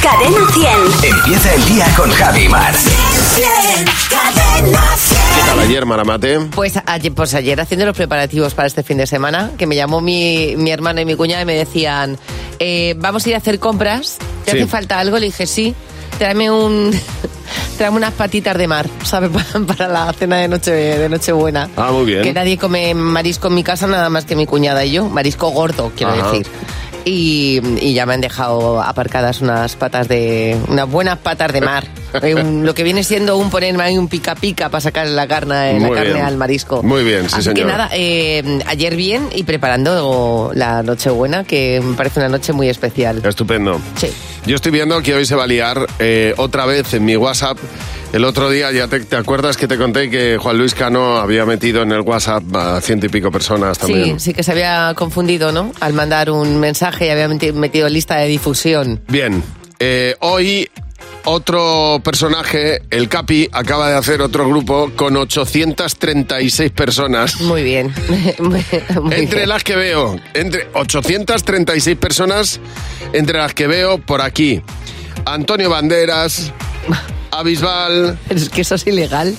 Cadena 100. Empieza el día con Javi Mar. Cadena 100. ¿Qué tal ayer, Maramate? Pues ayer haciendo los preparativos para este fin de semana, que me llamó mi hermana y mi cuñada y me decían, vamos a ir a hacer compras, ¿te hace falta algo? Le dije, sí, tráeme unas patitas de mar, ¿sabes? Para la cena de Nochebuena. Ah, muy bien. Que nadie come marisco en mi casa, nada más que mi cuñada y yo. Marisco gordo, quiero decir. Y ya me han dejado aparcadas unas buenas patas de mar. Lo que viene siendo ponerme ahí un pica pica para sacar la carne al marisco. Muy bien, sí, así señor. Que nada, ayer bien y preparando la Nochebuena, que me parece una noche muy especial. Estupendo. Sí. Yo estoy viendo que hoy se va a liar otra vez en mi WhatsApp. El otro día, ya te acuerdas que te conté que Juan Luis Cano había metido en el WhatsApp a 100 y pico personas también. Sí, que se había confundido, ¿no? Al mandar un mensaje y había metido lista de difusión. Bien, hoy otro personaje, el Capi, acaba de hacer otro grupo con 836 personas. Muy bien. Entre las que veo, entre 836 personas, entre las que veo por aquí, Antonio Banderas, a Bisbal. Es que eso es ilegal.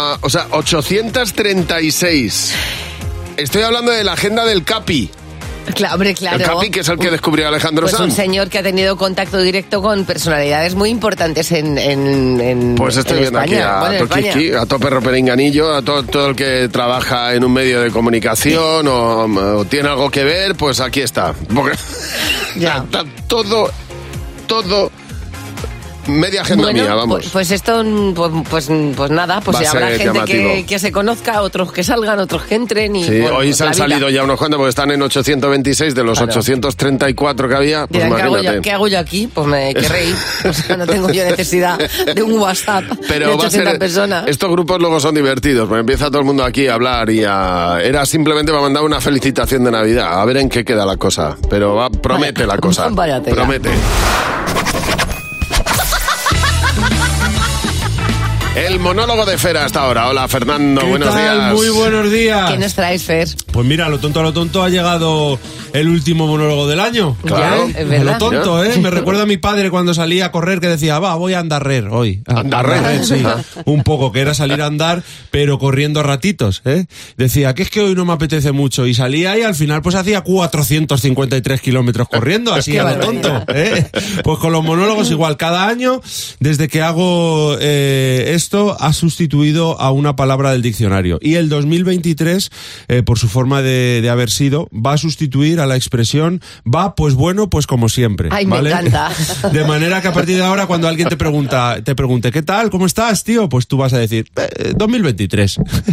836. Estoy hablando de la agenda del Capi. Claro, hombre, claro. El Capi, que es el que descubrió a Alejandro Sanz. Sanz. Un señor que ha tenido contacto directo con personalidades muy importantes en Pues estoy viendo España. Aquí a Toquiski, a Toperro Peringanillo, a todo el que trabaja en un medio de comunicación o tiene algo que ver, pues aquí está. Porque ya. Está todo media agenda mía, vamos. Pues esto, pues nada, pues habrá gente que se conozca, otros que salgan, otros que entren y... Sí, bueno, hoy pues se han salido ya unos cuantos porque están en 826 de los 834 que había, pues dirán, imagínate. ¿qué hago yo aquí? Pues me querré ir. O sea, no tengo yo necesidad de un WhatsApp de 800 personas. Estos grupos luego son divertidos, porque empieza todo el mundo aquí a hablar y era simplemente para mandar una felicitación de Navidad, a ver en qué queda la cosa, pero promete la cosa, promete. El monólogo de Fer hasta ahora. Hola, Fernando, buenos días. Muy buenos días. ¿Qué nos traes, Fer? Pues mira, a lo tonto ha llegado el último monólogo del año. Claro. Ya, es verdad. A lo tonto, ¿eh? Me recuerda a mi padre cuando salía a correr, que decía, voy a andarrer hoy. ¿Andarrer? Sí, un poco, que era salir a andar, pero corriendo a ratitos, ¿eh? Decía, que es que hoy no me apetece mucho. Y salía y al final pues hacía 453 kilómetros corriendo, así a lo tonto, ¿eh? Pues con los monólogos igual. Cada año, desde que hago esto, ha sustituido a una palabra del diccionario. Y el 2023, por su forma de haber sido, va a sustituir a la expresión pues bueno, pues como siempre. Ay, ¿vale? me encanta. De manera que a partir de ahora, cuando alguien te pregunte, ¿qué tal? ¿Cómo estás, tío? Pues tú vas a decir, 2023.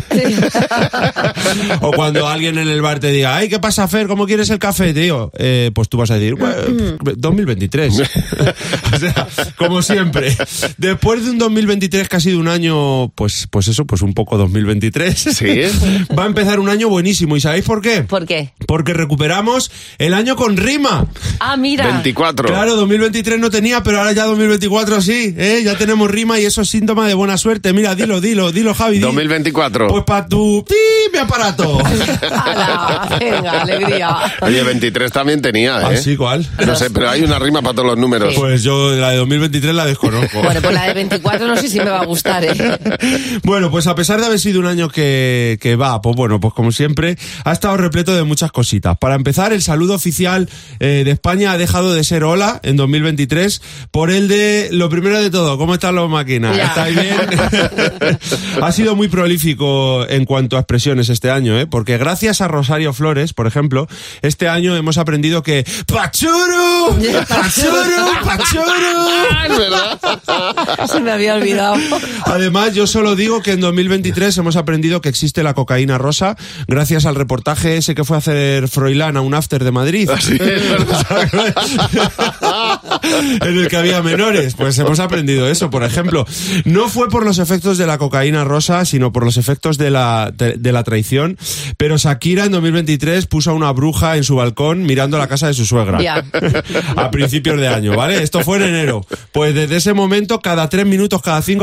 O cuando alguien en el bar te diga, ¿qué pasa, Fer? ¿Cómo quieres el café, tío? Pues tú vas a decir, 2023. O sea, como siempre. Después de un 2023 que ha sido un año, pues un poco 2023. Sí. Va a empezar un año buenísimo. ¿Y sabéis por qué? ¿Por qué? Porque recuperamos el año con rima. Ah, mira. 24. Claro, 2023 no tenía, pero ahora ya 2024 sí, ¿eh? Ya tenemos rima y eso es síntoma de buena suerte. Mira, dilo, Javi. 2024. Pues para tu mi aparato. ¡Hala! Venga, alegría. Oye, 23 también tenía, ¿eh? ¿Ah, sí? ¿Cuál? No sé, pero hay una rima para todos los números. Sí. Pues yo la de 2023 la desconozco. Bueno, pues la de 24 no sé si me va a gustar, ¿eh? Bueno, pues a pesar de haber sido un año que va, pues bueno, pues como siempre, ha estado repleto de muchas cositas. Para empezar, el saludo oficial de España ha dejado de ser hola en 2023 por el de, lo primero de todo, ¿cómo están las máquinas? Ya. ¿Estáis bien? Ha sido muy prolífico en cuanto a expresiones este año, ¿eh? Porque gracias a Rosario Flores, por ejemplo, este año hemos aprendido que ¡Pachuru! ¡Pachuru! ¡Pachuru! Es verdad. Se me había olvidado. Además, yo solo digo que en 2023 hemos aprendido que existe la cocaína rosa gracias al reportaje ese que fue a hacer Froilán a un after de Madrid. Sí, es verdad. En el que había menores. Pues hemos aprendido eso, por ejemplo. No fue por los efectos de la cocaína rosa, sino por los efectos de la traición. Pero Shakira en 2023 puso a una bruja en su balcón mirando la casa de su suegra. Ya. A principios de año, ¿vale? Esto fue en enero. Pues desde ese momento, cada 3 minutos, cada 5 aproximadamente,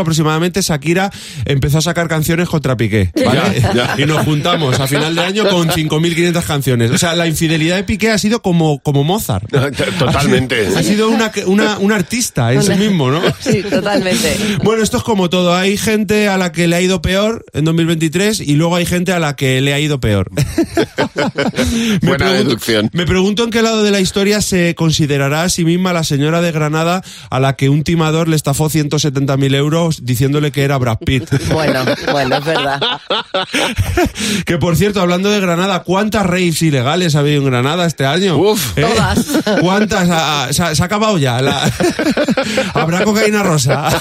seguramente Shakira empezó a sacar canciones contra Piqué, ¿vale? Ya. Y nos juntamos a final de año con 5.500 canciones. O sea, la infidelidad de Piqué ha sido como Mozart. Totalmente. Ha sido un artista en sí mismo, ¿no? Sí, totalmente. Bueno, esto es como todo. Hay gente a la que le ha ido peor en 2023 y luego hay gente a la que le ha ido peor. Buena deducción. Me pregunto en qué lado de la historia se considerará a sí misma la señora de Granada a la que un timador le estafó 170.000 euros diciéndole que era Brad Pitt. Bueno, es verdad. Que por cierto, hablando de Granada, ¿cuántas raves ilegales ha habido en Granada este año? Uf. Todas. ¿Cuántas? Se ha acabado ya. Habrá cocaína rosa.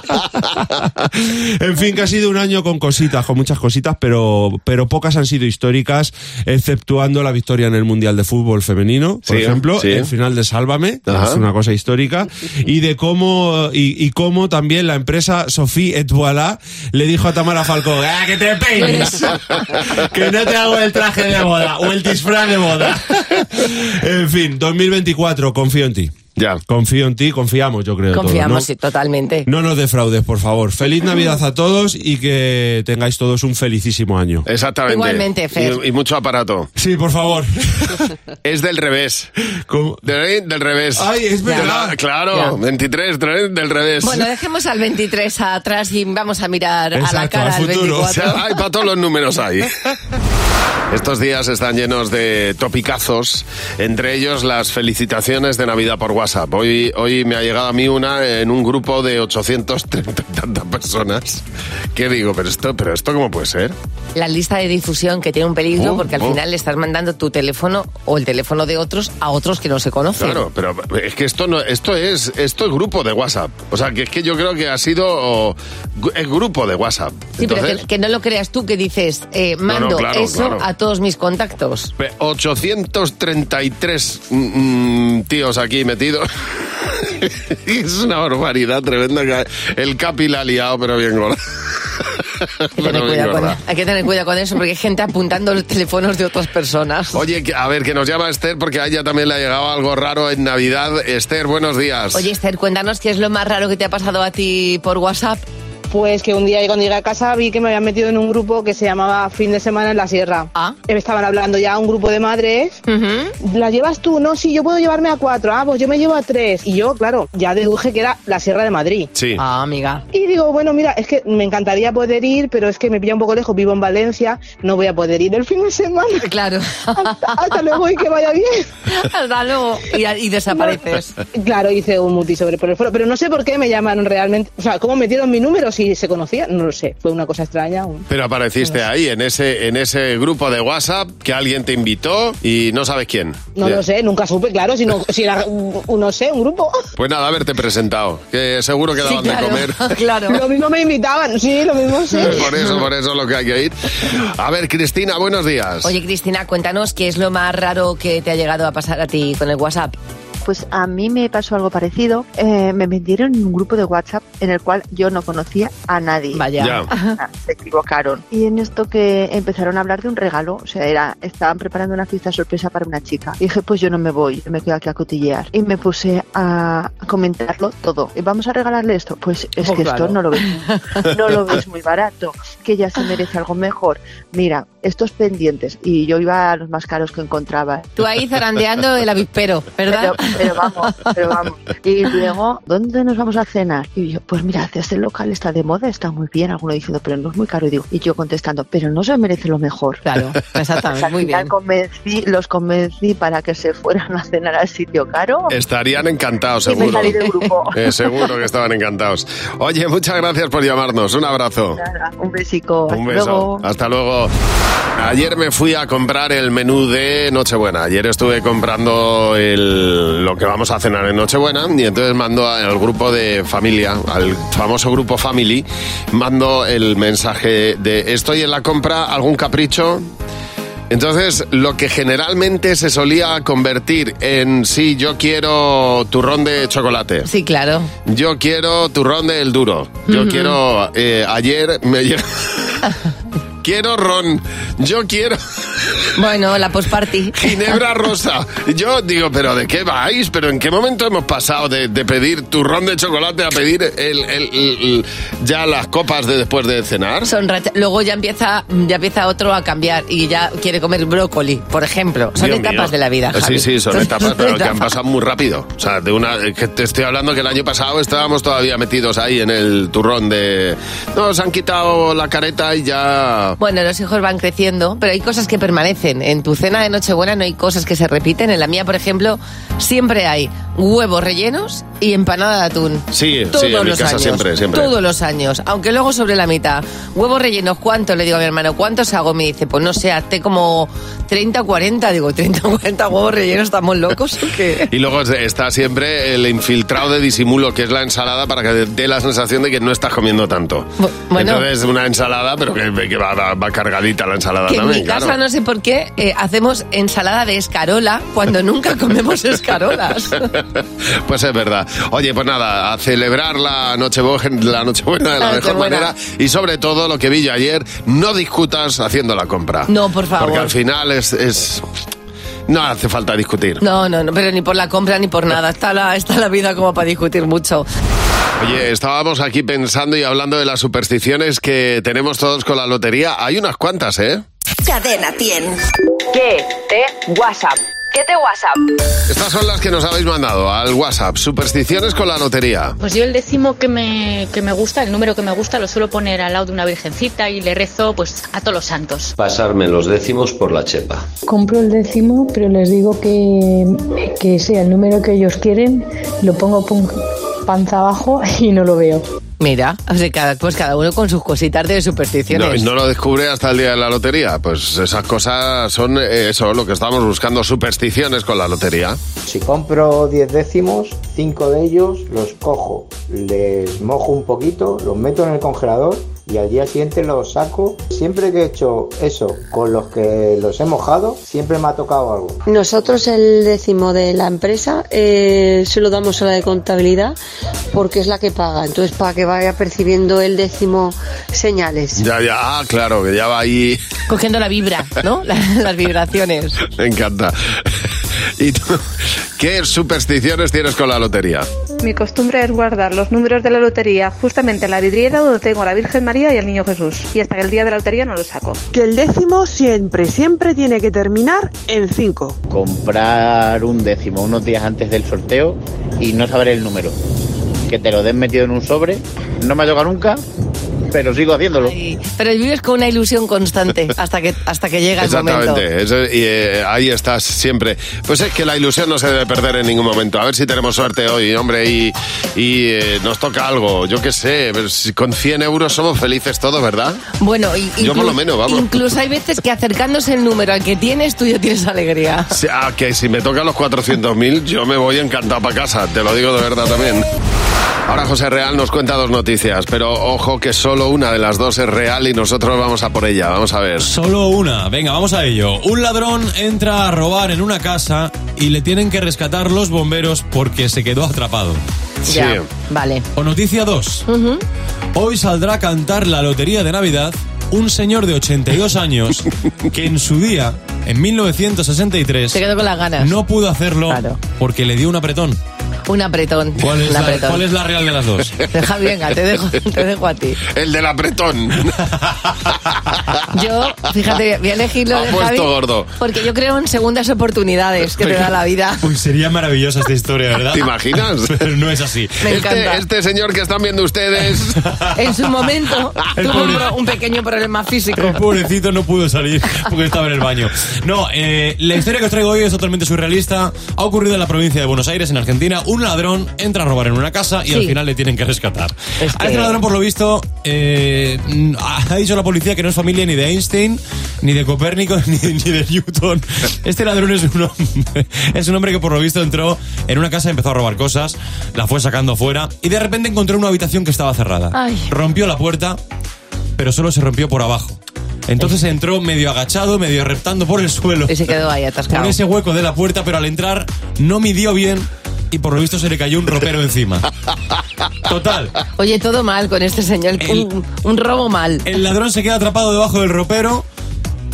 En fin, que ha sido un año con cositas, con muchas cositas, pero pocas han sido históricas, exceptuando la victoria en el Mundial de Fútbol femenino, por ejemplo, el final de Sálvame, es una cosa histórica, y de cómo también la empresa Sophie et Voilà le dijo a Tamara Falcó, que te peines, que no te hago el traje de boda o el disfraz de boda. En fin, 2024, confío en ti. Ya. Confío en ti, confiamos, yo creo. Confiamos, todos, ¿no? Sí, totalmente. No nos defraudes, por favor. Feliz Navidad a todos y que tengáis todos un felicísimo año. Exactamente. Igualmente, Fer. Y mucho aparato. Sí, por favor. Es del revés. ¿Cómo? Del revés. Ay, es verdad. Claro, Ya. 23, del revés. Bueno, dejemos al 23 atrás y vamos a mirar a la Exacto, cara al al futuro. 24. Hay para todos los números ahí. Estos días están llenos de topicazos, entre ellos las felicitaciones de Navidad por WhatsApp. Hoy me ha llegado a mí una en un grupo de 830 y tantas personas. ¿Qué digo? ¿Pero esto cómo puede ser? La lista de difusión que tiene un peligro porque al final le estás mandando tu teléfono o el teléfono de otros a otros que no se conocen. Claro, pero es que esto es grupo de WhatsApp. O sea, que es que yo creo que ha sido el grupo de WhatsApp. Sí, Entonces, pero que no lo creas tú, que dices, mando claro, eso claro. a todos mis contactos. 833 tíos aquí metidos. Es una barbaridad tremenda. Que el Capi la ha liado, pero bien gorda. Hay que tener cuidado con eso porque hay gente apuntando los teléfonos de otras personas. Oye, a ver, que nos llama Esther porque a ella también le ha llegado algo raro en Navidad. Esther, buenos días. Oye, Esther, cuéntanos qué es lo más raro que te ha pasado a ti por WhatsApp. Pues que un día cuando llegué a casa vi que me habían metido en un grupo que se llamaba Fin de Semana en la Sierra. Ah. Estaban hablando ya un grupo de madres. Uh-huh. ¿La llevas tú? No, sí, yo puedo llevarme a 4. Ah, pues yo me llevo a 3. Y yo, claro, ya deduje que era la Sierra de Madrid. Sí. Ah, amiga. Y digo, bueno, mira, es que me encantaría poder ir, pero es que me pilla un poco lejos, vivo en Valencia, no voy a poder ir el fin de semana. Claro. Hasta luego y que vaya bien. Hasta luego. Y desapareces. Claro, hice un muti sobre por el foro, pero no sé por qué me llamaron realmente. O sea, ¿cómo metieron mi número si se conocían? No lo sé, fue una cosa extraña. Pero apareciste ahí, en ese grupo de WhatsApp que alguien te invitó y no sabes quién. No lo sé, nunca supe, claro, si era, no sé, un grupo. Pues nada, haberte presentado, que seguro que daban Sí, claro. de comer. Claro. Lo mismo me invitaban, sí, lo mismo sí. Por eso lo que hay que ir. A ver, Cristina, buenos días. Oye, Cristina, cuéntanos qué es lo más raro que te ha llegado a pasar a ti con el WhatsApp. Pues a mí me pasó algo parecido. Me metieron en un grupo de WhatsApp en el cual yo no conocía a nadie. Vaya. Ya. Se equivocaron. Y en esto que empezaron a hablar de un regalo, o sea, estaban preparando una fiesta sorpresa para una chica. Y dije, pues yo no me voy, yo me quedo aquí a cotillear. Y me puse a comentarlo todo. ¿Y vamos a regalarle esto? Pues es que claro. esto no lo ves muy barato, que ella se merece algo mejor. Mira, estos pendientes. Y yo iba a los más caros que encontraba. Tú ahí zarandeando el avispero, ¿verdad? Pero vamos. Y luego, ¿dónde nos vamos a cenar? Y yo, pues mira, este local está de moda, está muy bien. Alguno diciendo, pero no es muy caro. Y yo contestando, pero no se merece lo mejor. Claro, exactamente, muy bien. Los convencí para que se fueran a cenar al sitio caro. Estarían encantados, Y me seguro. salí del grupo. Seguro que estaban encantados. Oye, muchas gracias por llamarnos. Un abrazo. Nada, un besico. Un Hasta beso. luego. Hasta luego. Ayer me fui a comprar el menú de Nochebuena. Ayer estuve comprando lo que vamos a cenar en Nochebuena y entonces mando al grupo de familia, al famoso grupo Family, mando el mensaje de estoy en la compra, ¿algún capricho? Entonces, lo que generalmente se solía convertir en sí, yo quiero turrón de chocolate. Sí, claro. Yo quiero turrón del duro. Yo quiero... ayer me llega... Quiero ron. Yo quiero... Bueno, la postparty. Ginebra rosa. Yo digo, ¿pero de qué vais? ¿Pero en qué momento hemos pasado de pedir turrón de chocolate a pedir ya las copas de después de cenar? Luego ya empieza otro a cambiar y ya quiere comer brócoli, por ejemplo. Son Dios etapas mío. de la vida, Javi. Sí, son etapas, pero que han pasado muy rápido. O sea, que te estoy hablando que el año pasado estábamos todavía metidos ahí en el turrón de... Nos han quitado la careta y ya... Bueno, los hijos van creciendo, pero hay cosas que permanecen. En tu cena de Nochebuena no hay cosas que se repiten. En la mía, por ejemplo, siempre hay huevos rellenos y empanada de atún. Sí, todos en mi los casa años, siempre. Todos los años. Aunque luego sobre la mitad. Huevos rellenos, ¿cuántos? Le digo a mi hermano, ¿cuántos hago? Me dice, pues no sé, hazte como 30 o 40. Digo, 30 o 40 huevos rellenos, ¿estamos locos o qué? Y luego está siempre el infiltrado de disimulo, que es la ensalada, para que dé la sensación de que no estás comiendo tanto. Bueno, entonces una ensalada, pero que va cargadita la ensalada que también, en mi casa claro. no sé por qué hacemos ensalada de escarola cuando nunca comemos escarolas. Pues es verdad. Oye, pues nada, a celebrar la Nochebuena de la mejor manera y sobre todo lo que vi yo ayer, no discutas haciendo la compra. No, por favor. Porque al final es... No hace falta discutir. No, pero ni por la compra ni por nada. Está la vida como para discutir mucho. Oye, estábamos aquí pensando y hablando de las supersticiones que tenemos todos con la lotería. Hay unas cuantas, ¿eh? Cadena 100. ¿Qué te WhatsApp? ¿Qué te WhatsApp? Estas son las que nos habéis mandado al WhatsApp. Supersticiones con la lotería. Pues yo el décimo que me gusta, el número que me gusta, lo suelo poner al lado de una virgencita y le rezo pues a todos los santos. Pasarme los décimos por la chepa. Compro el décimo, pero les digo que sea el número que ellos quieren, lo pongo panza abajo y no lo veo. Mira, o sea, cada uno con sus cositas de supersticiones. No lo descubre hasta el día de la lotería. Pues esas cosas son eso, lo que estamos buscando, supersticiones con la lotería. Si compro 10 décimos, 5 de ellos los cojo, les mojo un poquito, los meto en el congelador y al día siguiente los saco. Siempre que he hecho eso con los que los he mojado, siempre me ha tocado algo. Nosotros el décimo de la empresa se lo damos a la de contabilidad porque es la que paga. Entonces, para que vaya percibiendo el décimo señales. Ya, claro, que ya va ahí... Cogiendo la vibra, ¿no? Las vibraciones. Me encanta. ¿Y tú qué supersticiones tienes con la lotería? Mi costumbre es guardar los números de la lotería justamente en la vidriera donde tengo a la Virgen María y al Niño Jesús. Y hasta que el día de la lotería no lo saco. Que el décimo siempre tiene que terminar en 5. Comprar un décimo unos días antes del sorteo y no saber el número. Que te lo den metido en un sobre. No me ha tocado nunca, pero sigo haciéndolo. Ay, pero vives con una ilusión constante hasta que llega el momento. Exactamente, ahí estás siempre. Pues es que la ilusión no se debe perder en ningún momento. A ver si tenemos suerte hoy, hombre, y nos toca algo. Yo qué sé, con 100 euros somos felices todos, ¿verdad? Bueno, yo por lo menos, vamos. Incluso hay veces que acercándose el número al que tienes, tú ya tienes alegría. Que si me tocan los 400.000, yo me voy encantado para casa, te lo digo de verdad también. Ahora José Real nos cuenta 2 noticias, pero ojo que solo una de las 2 es real y nosotros vamos a por ella, vamos a ver. Solo una, venga, vamos a ello. Un ladrón entra a robar en una casa y le tienen que rescatar los bomberos porque se quedó atrapado. Ya, sí. Vale. O noticia 2. Hoy saldrá a cantar la lotería de Navidad un señor de 82 años que en su día, en 1963... Se quedó con las ganas. No pudo hacerlo porque le dio un apretón. Un apretón. ¿Cuál es la real de las 2? Deja, venga, te dejo a ti. El del apretón. Yo, fíjate, voy a elegir lo de Javi gordo. porque yo creo en segundas oportunidades que te da la vida. Pues sería maravillosa esta historia, ¿verdad? ¿Te imaginas? Pero no es así. Me encanta. Este señor que están viendo ustedes... En su momento tuvo un pequeño problema físico. El pobrecito no pudo salir porque estaba en el baño. No, la historia que os traigo hoy es totalmente surrealista. Ha ocurrido en la provincia de Buenos Aires, en Argentina. Un ladrón entra a robar en una casa y al final le tienen que rescatar. A este ladrón, por lo visto, ha dicho la policía que no es familia ni de Einstein, ni de Copérnico, ni de Newton. Este ladrón es un hombre que, por lo visto, entró en una casa, empezó a robar cosas, la fue sacando fuera y de repente encontró una habitación que estaba cerrada. Ay. Rompió la puerta, pero solo se rompió por abajo. Entonces entró medio agachado, medio reptando por el suelo. Y se quedó ahí atascado. Con ese hueco de la puerta, pero al entrar no midió bien y por lo visto se le cayó un ropero encima. Total. Oye, todo mal con este señor. Un robo mal. El ladrón se queda atrapado debajo del ropero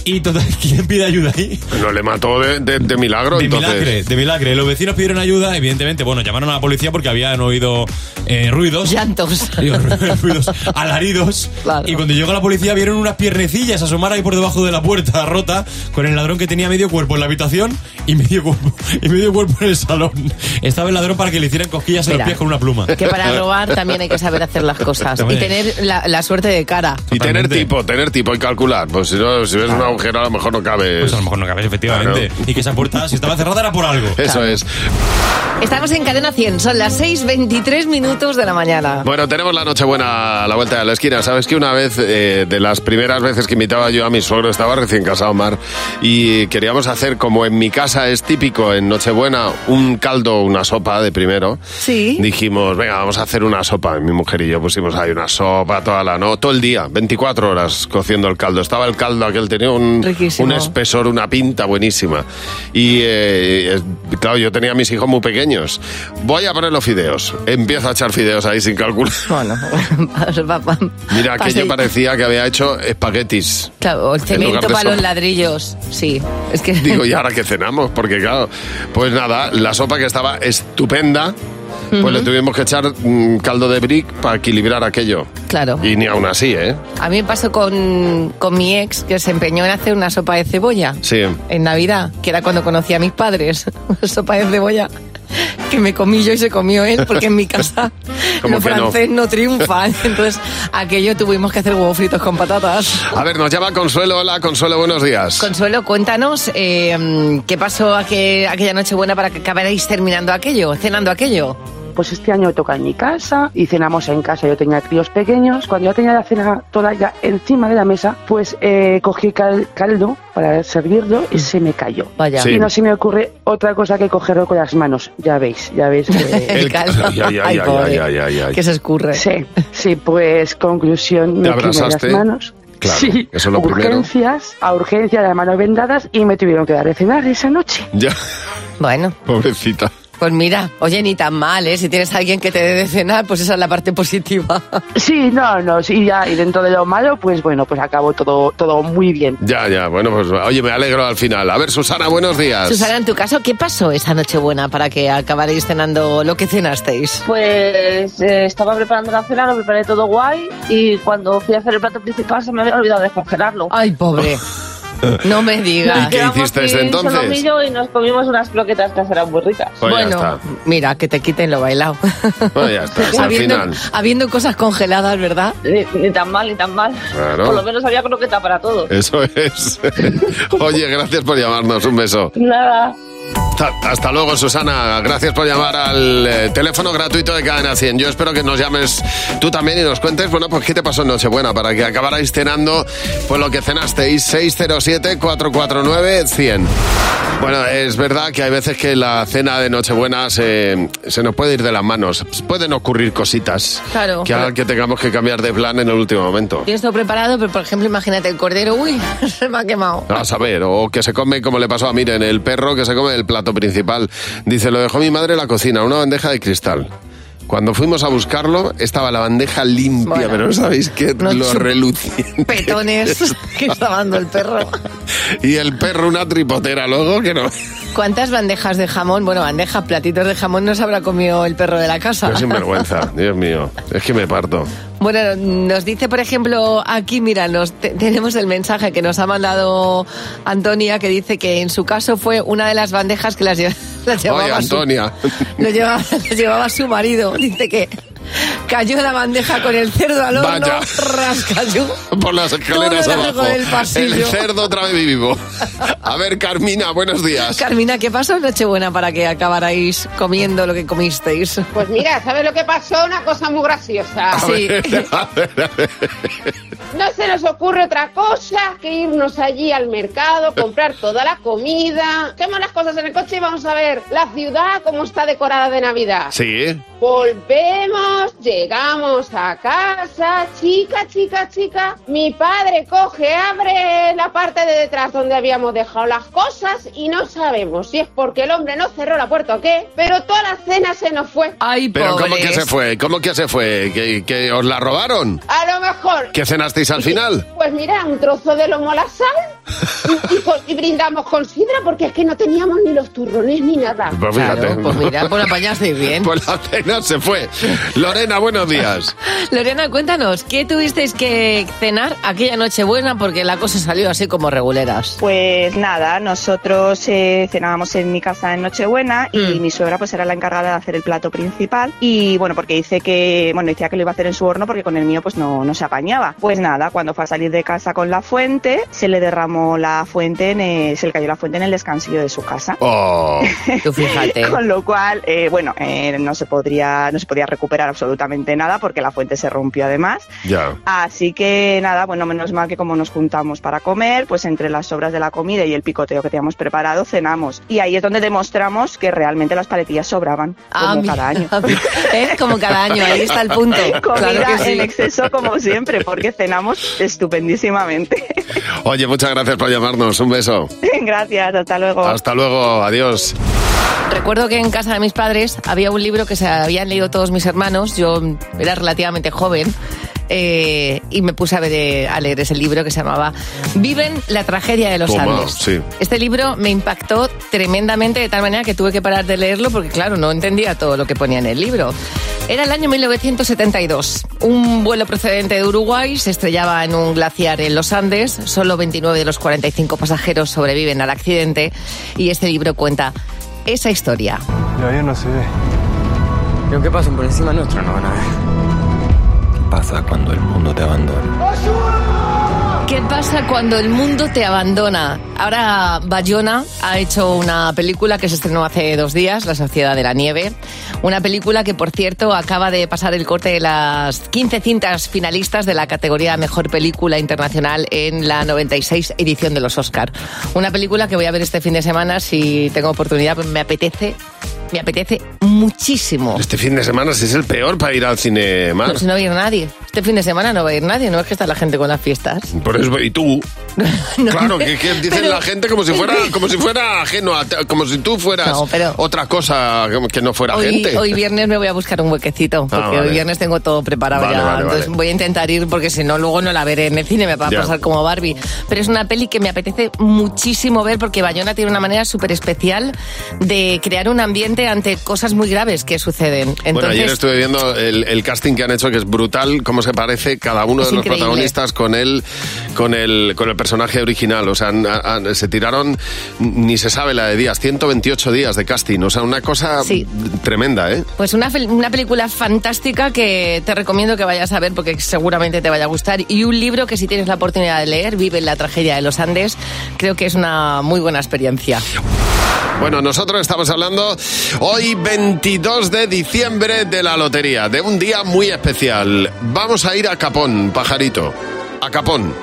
Y total, ¿quién pide ayuda ahí? No le mató de milagro, entonces. De milagre. Los vecinos pidieron ayuda, evidentemente, bueno, llamaron a la policía porque habían oído ruidos. Llantos. Ruidos, alaridos. Claro. Y cuando llegó la policía vieron unas piernecillas asomar ahí por debajo de la puerta rota, con el ladrón que tenía medio cuerpo en la habitación y medio cuerpo en el salón. Estaba el ladrón para que le hicieran cosquillas en los pies con una pluma. Que para robar también hay que saber hacer las cosas. Y tener la suerte de cara. Y tener tipo y calcular. Pues si ves un agujero, a lo mejor no cabe. Pues a lo mejor no cabe, efectivamente. Claro. Y que esa puerta, si estaba cerrada, era por algo. Eso es. Estamos en Cadena 100, son las 6:23 de la mañana. Bueno, tenemos la Nochebuena a la vuelta de la esquina. ¿Sabes que una vez, de las primeras veces que invitaba yo a mi suegro, estaba recién casado, Mar, y queríamos hacer, como en mi casa es típico en Nochebuena, un caldo, una sopa de primero. Sí. Dijimos, venga, vamos a hacer una sopa. Mi mujer y yo pusimos ahí una sopa todo el día, 24 horas cociendo el caldo. Estaba el caldo aquel, tenía un espesor, una pinta buenísima. Y claro, yo tenía a mis hijos muy pequeños. Voy a poner los fideos. Empiezo a echar fideos ahí sin calcular. Bueno, mira, aquello parecía que había hecho espaguetis. Claro, el cemento para los ladrillos. Sí, es que... Digo, ¿y ahora qué cenamos? Porque claro, pues nada, la sopa que estaba estupenda, pues le tuvimos que echar caldo de brick para equilibrar aquello. Claro. Y ni aún así, ¿eh? A mí me pasó con mi ex, que se empeñó en hacer una sopa de cebolla. Sí. En Navidad, que era cuando conocí a mis padres. Una sopa de cebolla que me comí yo y se comió él, porque en mi casa lo francés no triunfa. Entonces, aquello tuvimos que hacer huevos fritos con patatas. A ver, nos llama Consuelo. Hola, Consuelo, buenos días. Consuelo, cuéntanos qué pasó aquella Nochebuena para que acabarais cenando aquello. Pues este año toca en mi casa y cenamos en casa. Yo tenía críos pequeños. Cuando yo tenía la cena toda ya encima de la mesa, pues cogí caldo para servirlo y se me cayó. Vaya. Sí. Y no se me ocurre otra cosa que cogerlo con las manos. Ya veis. El caldo. Que se escurre. Sí, pues conclusión, me quemé las manos. Claro, sí, eso es lo primero. A urgencias, las manos vendadas y me tuvieron que dar de cenar esa noche. Ya. Bueno. Pobrecita. Pues mira, oye, ni tan mal, ¿eh? Si tienes a alguien que te dé de cenar, pues esa es la parte positiva. Sí, sí, ya, y dentro de lo malo, pues bueno, pues acabó todo muy bien. Ya, bueno, pues oye, me alegro al final. A ver, Susana, buenos días. Susana, en tu caso, ¿qué pasó esa Nochebuena para que acabarais cenando lo que cenasteis? Pues estaba preparando la cena, lo preparé todo guay, y cuando fui a hacer el plato principal se me había olvidado descongelarlo. ¡Ay, pobre! No me digas. ¿Y qué hiciste desde entonces? Solomillo y nos comimos unas croquetas caseras muy ricas. Pues bueno, mira, que te quiten lo bailado. Pues ya está, al final. Habiendo cosas congeladas, ¿verdad? Ni tan mal. Claro. Por lo menos había croqueta para todos. Eso es. Oye, gracias por llamarnos. Un beso. Nada. Hasta luego, Susana. Gracias por llamar al teléfono gratuito de Cadena 100. Yo espero que nos llames tú también y nos cuentes, bueno, pues qué te pasó en Nochebuena para que acabarais cenando pues lo que cenasteis. 607-449-100. Bueno, es verdad que hay veces que la cena de Nochebuena se nos puede ir de las manos. Pueden ocurrir cositas. Claro. Que tengamos que cambiar de plan en el último momento. Tienes todo preparado, pero por ejemplo, imagínate el cordero, uy, se me ha quemado. A saber, o que se come como le pasó a Miren, el perro que se come el plato principal. Dice, lo dejó mi madre en la cocina, una bandeja de cristal. Cuando fuimos a buscarlo, estaba la bandeja limpia, bueno, pero no sabéis qué lo reluciente. Petones que estaba dando el perro. Y el perro una tripotera luego que no. ¿Cuántas bandejas de jamón, platitos de jamón nos habrá comido el perro de la casa? Qué sinvergüenza, Dios mío, es que me parto. Bueno, nos dice, por ejemplo, aquí, mira, tenemos el mensaje que nos ha mandado Antonia, que dice que en su caso fue una de las bandejas que las llevaba. Oye, Antonia. Las llevaba su marido. Dice que cayó la bandeja con el cerdo al horno, rascayó por las escaleras abajo. Del pasillo. El cerdo otra vez vivo. A ver, Carmina, buenos días. Carmina, ¿qué pasó en Nochebuena para que acabarais comiendo lo que comisteis? Pues mira, ¿sabes lo que pasó? Una cosa muy graciosa. Sí. A ver. No se nos ocurre otra cosa que irnos allí al mercado, comprar toda la comida, echamos las cosas en el coche y vamos a ver la ciudad cómo está decorada de Navidad. Sí. Volvemos, llegamos a casa, chica, mi padre abre la parte de detrás donde habíamos dejado las cosas y no sabemos si es porque el hombre no cerró la puerta o qué, pero toda la cena se nos fue. Ay, pero pobres. ¿Cómo que se fue? ¿Que os la robaron? A lo mejor. ¿Qué cenasteis al final? Pues mira, un trozo de lomo a la sal Y brindamos con sidra porque es que no teníamos ni los turrones ni nada. Pues fíjate. Claro, pues mira, pues apañaste bien. Pues la cena se fue. Lorena, buenos días. Lorena, cuéntanos, ¿qué tuvisteis que cenar aquella Nochebuena? Porque la cosa salió así como reguleras. Pues nada, nosotros cenábamos en mi casa en Nochebuena y mi suegra pues era la encargada de hacer el plato principal y bueno, porque decía que lo iba a hacer en su horno porque con el mío pues no se apañaba. Pues nada, cuando fue a salir de casa con la fuente, se le derramó la fuente, se le cayó la fuente en el descansillo de su casa. Oh, tú fíjate. Con lo cual, no se podía recuperar absolutamente nada porque la fuente se rompió además. Ya. Así que nada, bueno, menos mal que como nos juntamos para comer, pues entre las sobras de la comida y el picoteo que teníamos preparado, cenamos. Y ahí es donde demostramos que realmente las paletillas sobraban, cada año. Como cada año, ahí está el punto. Comida claro que sí. en exceso como siempre, porque cenamos estupendísimamente. Oye, muchas gracias por llamarnos. Un beso. Gracias, hasta luego. Hasta luego, adiós. Recuerdo que en casa de mis padres había un libro que se habían leído todos mis hermanos. Yo era relativamente joven. Y me puse a leer ese libro que se llamaba Viven la tragedia de los Andes. Sí. Este libro me impactó tremendamente de tal manera que tuve que parar de leerlo porque, claro, no entendía todo lo que ponía en el libro. Era el año 1972. Un vuelo procedente de Uruguay se estrellaba en un glaciar en los Andes. Solo 29 de los 45 pasajeros sobreviven al accidente y este libro cuenta esa historia. El avión no se ve. Pero ¿qué pasa? Por encima nuestro no van a ver. ¿Qué pasa cuando el mundo te abandona? ¿Qué pasa cuando el mundo te abandona? Ahora Bayona ha hecho una película que se estrenó hace 2 días, La Sociedad de la Nieve. Una película que, por cierto, acaba de pasar el corte de las 15 cintas finalistas de la categoría Mejor Película Internacional en la 96 edición de los Oscar. Una película que voy a ver este fin de semana si tengo oportunidad, pues me apetece muchísimo. Este fin de semana si es el peor para ir al cine, Mar. Pero si no va a ir nadie. Este fin de semana no va a ir nadie, no es que está la gente con las fiestas. Por eso, ¿y tú? No, claro, que dicen la gente como si fuera ajeno, como si tú fueras otra cosa que no fuera gente. Hoy viernes me voy a buscar un huequecito, porque hoy viernes tengo todo preparado entonces voy a intentar ir porque si no luego no la veré en el cine, me va a pasar como Barbie. Pero es una peli que me apetece muchísimo ver porque Bayona tiene una manera súper especial de crear un ambiente ante cosas muy graves que suceden. Entonces, bueno, ayer estuve viendo el casting que han hecho, que es brutal, cómo se parece cada uno de los protagonistas con el personaje original. O sea, se tiraron, ni se sabe la de días, 128 días de casting. O sea, una cosa tremenda, ¿eh? Pues una película fantástica que te recomiendo que vayas a ver porque seguramente te vaya a gustar. Y un libro que si tienes la oportunidad de leer, Vive la tragedia de los Andes, creo que es una muy buena experiencia. Bueno, nosotros estamos hablando hoy 22 de diciembre de la lotería, de un día muy especial. Vamos a ir a Capón, pajarito, a Capón.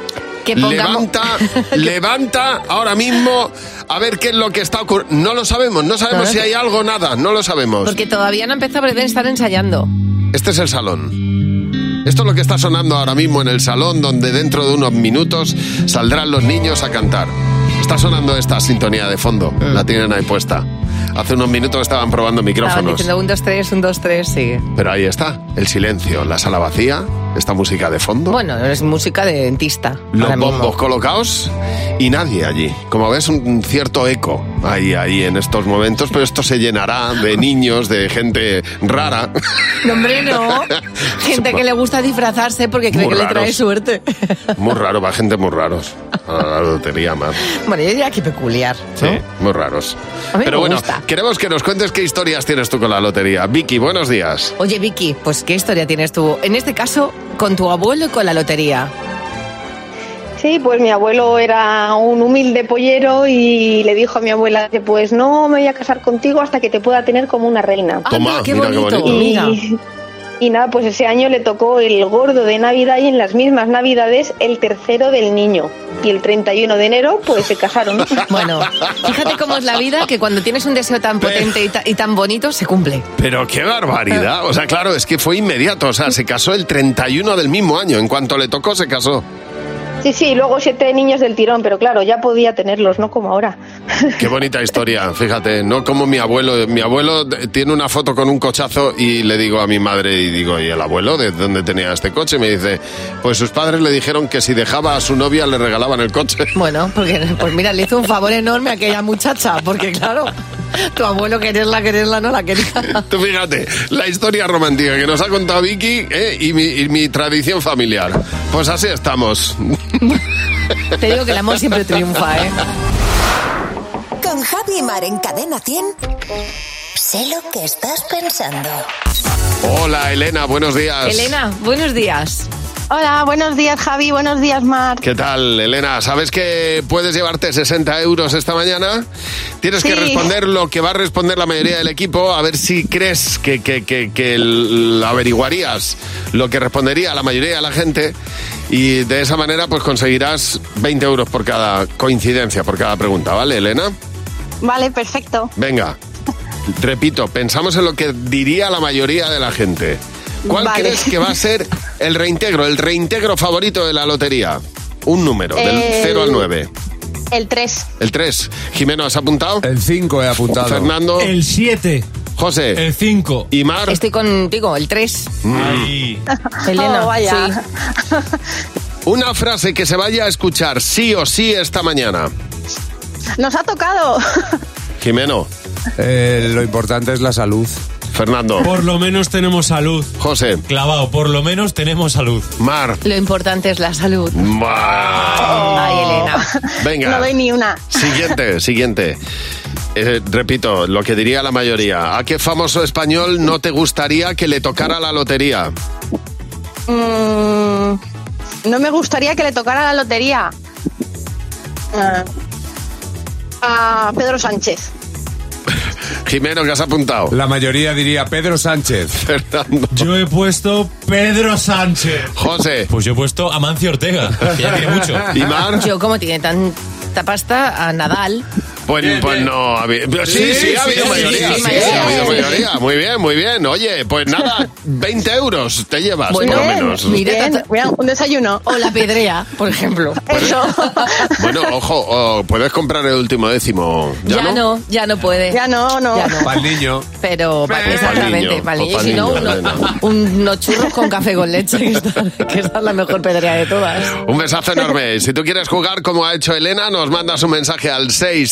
Levanta ahora mismo a ver qué es lo que está ocurriendo. No lo sabemos si hay algo, nada, no lo sabemos. Porque todavía no ha empezado, pero deben estar ensayando. Este es el salón. Esto es lo que está sonando ahora mismo en el salón, donde dentro de unos minutos saldrán los niños a cantar. Está sonando esta sintonía de fondo, la tienen ahí puesta. Hace unos minutos estaban probando micrófonos. Estaban diciendo 1, 2, 3, 1, 2, 3, sí. Pero ahí está, el silencio, la sala vacía, esta música de fondo. Bueno, es música de dentista. Los bombos colocados y nadie allí. Como ves, un cierto eco ahí en estos momentos, pero esto se llenará de niños, de gente rara. No, hombre, no. Gente que le gusta disfrazarse porque cree que le trae suerte. Muy raro, va gente muy raros. A la lotería más. Bueno, yo diría que peculiar, ¿no? Sí, muy raros. A mí pero me bueno, gusta. Queremos que nos cuentes qué historias tienes tú con la lotería. Vicky, buenos días. Oye, Vicky, pues ¿qué historia tienes tú? En este caso, con tu abuelo y con la lotería. Sí, pues mi abuelo era un humilde pollero y le dijo a mi abuela que pues no me voy a casar contigo hasta que te pueda tener como una reina. Toma, mira qué bonito. Y nada, pues ese año le tocó el gordo de Navidad y en las mismas Navidades el tercero del niño. Y el 31 de enero, pues se casaron. Bueno, fíjate cómo es la vida, que cuando tienes un deseo tan potente y tan bonito, se cumple. Pero qué barbaridad. O sea, claro, es que fue inmediato. O sea, se casó el 31 del mismo año. En cuanto le tocó, se casó. Sí, luego 7 niños del tirón, pero claro, ya podía tenerlos, no como ahora. Qué bonita historia, fíjate, no como mi abuelo. Mi abuelo tiene una foto con un cochazo y le digo a mi madre, y digo, ¿y el abuelo de dónde tenía este coche? Y me dice, pues sus padres le dijeron que si dejaba a su novia le regalaban el coche. Bueno, porque pues mira, le hizo un favor enorme a aquella muchacha, porque claro, tu abuelo quererla, no la quería. Tú fíjate, la historia romántica que nos ha contado Vicky y mi tradición familiar. Pues así estamos. Te digo que el amor siempre triunfa, ¿eh? Con Javi y Mar en Cadena 100. Sé lo que estás pensando. Hola, Elena, buenos días. Elena, buenos días. Hola, buenos días, Javi, buenos días, Mar. ¿Qué tal, Elena? ¿Sabes que puedes llevarte 60 euros esta mañana? Tienes que responder lo que va a responder la mayoría del equipo, a ver si crees que averiguarías lo que respondería la mayoría de la gente, y de esa manera pues conseguirás 20 euros por cada coincidencia, por cada pregunta, ¿vale, Elena? Vale, perfecto. Venga, repito, pensamos en lo que diría la mayoría de la gente. ¿Cuál crees que va a ser el reintegro favorito de la lotería? Un número, del 0 al 9. El 3. El 3. Jimeno, ¿has apuntado? El 5 he apuntado. Fernando. El 7. José. El 5. ¿Y Mar? Estoy contigo, el 3. Ahí. Elena, vaya. sí. Una frase que se vaya a escuchar sí o sí esta mañana. Nos ha tocado. Jimeno. Lo importante es la salud. Fernando. Por lo menos tenemos salud. José. Clavado, por lo menos tenemos salud. Mar. Lo importante es la salud. Ay, Elena. Venga. No doy ni una. Siguiente. Repito, lo que diría la mayoría. ¿A qué famoso español no te gustaría que le tocara la lotería? No me gustaría que le tocara la lotería. A Pedro Sánchez. Jimeno, ¿qué has apuntado? La mayoría diría Pedro Sánchez. Fernando. Yo he puesto Pedro Sánchez. José. Pues yo he puesto Amancio Ortega, que ya tiene mucho. ¿Y Mar? Yo, como tiene tanta pasta, a Nadal. Pues no, ha habido mayoría. Sí, ha habido mayoría. Muy bien. Oye, pues nada, 20 euros te llevas, Bueno, por lo menos. Mira, un desayuno. O la pedrea, por ejemplo. Eso. Bueno, ojo, puedes comprar el último décimo. Ya no puede. Ya no. Para el niño. Pero, exactamente, para el niño. Si no, unos churros con café con leche, que esta es la mejor pedrea de todas. Un besazo enorme. Si tú quieres jugar como ha hecho Elena, nos mandas un mensaje al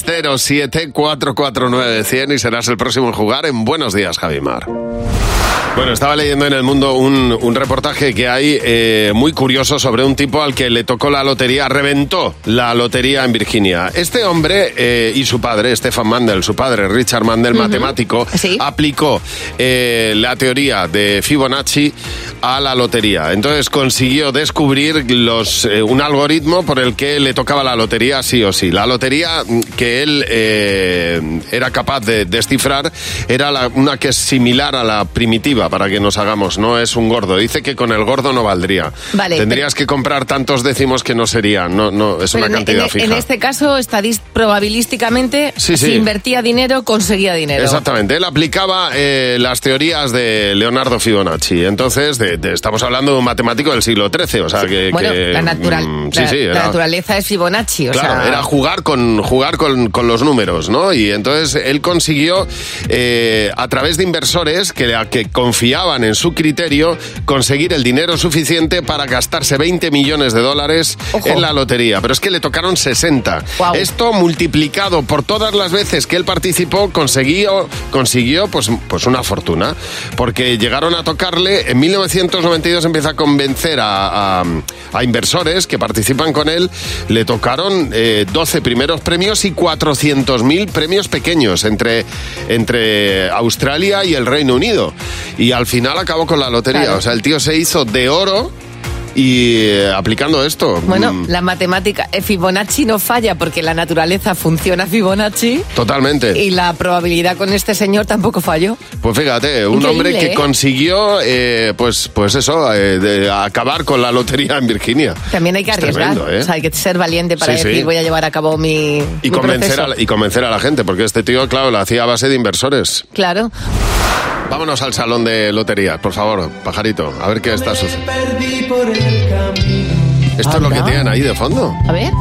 607-449-100 y serás el próximo en jugar en Buenos Días, Javimar. Bueno, estaba leyendo en El Mundo un reportaje que hay muy curioso sobre un tipo al que le tocó la lotería, reventó la lotería en Virginia. Este hombre y su padre, Stefan Mandel, su padre, Richard Mandel, matemático, aplicó la teoría de Fibonacci a la lotería. Entonces consiguió descubrir un algoritmo por el que le tocaba la lotería sí o sí. La lotería que él era capaz de descifrar era una que es similar a la primitiva, para que nos hagamos, no es un gordo. Dice que con el gordo no valdría. Vale, tendrías que comprar tantos décimos que no serían, no es una cantidad fija. En este caso, probabilísticamente, si invertía dinero, conseguía dinero. Exactamente, él aplicaba las teorías de Leonardo Fibonacci. Entonces, estamos hablando de un matemático del siglo XIII, o sea que... Bueno, la naturaleza es Fibonacci, claro, era jugar con los números, ¿no? Y entonces él consiguió, a través de inversores que confiaban en su criterio, conseguir el dinero suficiente para gastarse 20 millones de dólares en la lotería. Pero es que le tocaron 60. Wow. Esto multiplicado por todas las veces que él participó, consiguió pues una fortuna. Porque llegaron a tocarle, en 1992 empieza a convencer a inversores que participan con él, le tocaron 12 primeros premios y 400.000 premios pequeños entre Australia y el Reino Unido. Y al final acabó con la lotería. Claro. O sea, el tío se hizo de oro y aplicando esto. Bueno, la matemática, Fibonacci no falla porque la naturaleza funciona Fibonacci. Totalmente. Y la probabilidad con este señor tampoco falló. Pues fíjate, un hombre que consiguió, pues eso, acabar con la lotería en Virginia. También hay que arriesgar. Tremendo, O sea, hay que ser valiente para decir, voy a llevar a cabo mi convencer a la gente, porque este tío, claro, lo hacía a base de inversores. Claro. Vámonos al salón de loterías, por favor, pajarito, a ver qué está sucediendo. Perdí por el camino. Esto es lo que tienen ahí de fondo. A ver.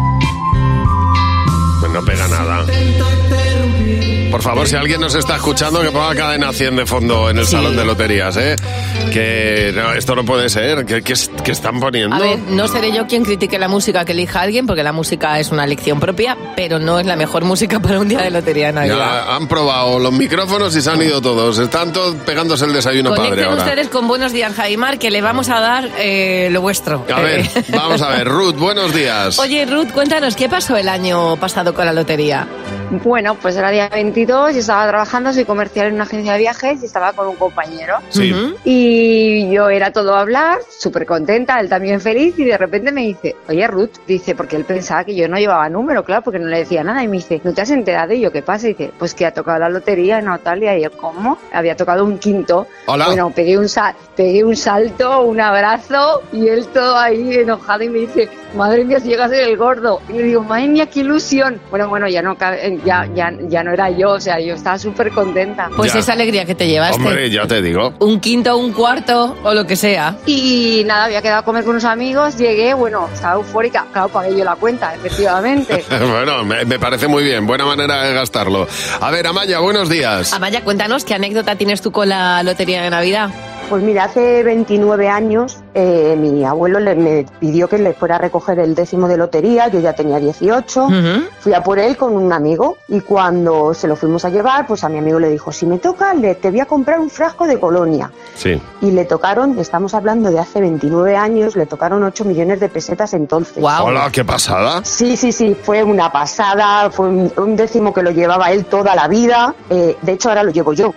Pues no pega nada. Por favor, si alguien nos está escuchando, que ponga Cadena 100 de fondo en el salón de loterías, ¿eh? Que no, esto no puede ser. ¿Qué están poniendo? A ver, no seré yo quien critique la música que elija alguien, porque la música es una elección propia, pero no es la mejor música para un día de lotería de Navidad. Ya han probado los micrófonos y se han ido todos. Están todos pegándose el desayuno padre ahora. Ustedes con Buenos Días, Jaimar, que le vamos a dar lo vuestro. A ver, vamos a ver. Ruth, buenos días. Oye, Ruth, cuéntanos, ¿qué pasó el año pasado con la lotería? Bueno, pues era día 22, yo estaba trabajando, soy comercial en una agencia de viajes y estaba con un compañero. Sí. Y yo era todo hablar, súper contenta, él también feliz, y de repente me dice, oye Ruth, dice, porque él pensaba que yo no llevaba número, claro, porque no le decía nada, y me dice, ¿no te has enterado? Y yo, ¿qué pasa? Y dice, pues que ha tocado la lotería en Natalia. Y yo, ¿cómo? Había tocado un quinto. Hola. Bueno, pegué un salto, un abrazo, y él todo ahí enojado y me dice, madre mía, si llegas a ser el gordo. Y le digo, madre mía, qué ilusión. Bueno, ya no era yo, o sea, yo estaba súper contenta. Pues Ya. esa alegría que te llevaste. Hombre, ya te digo. Un quinto, un cuarto o lo que sea. Y nada, había quedado a comer con unos amigos, llegué, bueno, estaba eufórica, claro, pagué yo la cuenta, efectivamente. Bueno, me parece muy bien. Buena manera de gastarlo. A ver, Amaya, buenos días. Amaya, cuéntanos, ¿qué anécdota tienes tú con la lotería de Navidad? Pues mira, hace 29 años mi abuelo me pidió que le fuera a recoger el décimo de lotería, yo ya tenía 18, fui a por él con un amigo y cuando se lo fuimos a llevar, pues a mi amigo le dijo, si me toca, te voy a comprar un frasco de colonia. Sí. Y le tocaron, estamos hablando de hace 29 años, le tocaron 8 millones de pesetas entonces. Wow. Hola, qué pasada. Sí, fue una pasada, fue un décimo que lo llevaba él toda la vida, de hecho ahora lo llevo yo.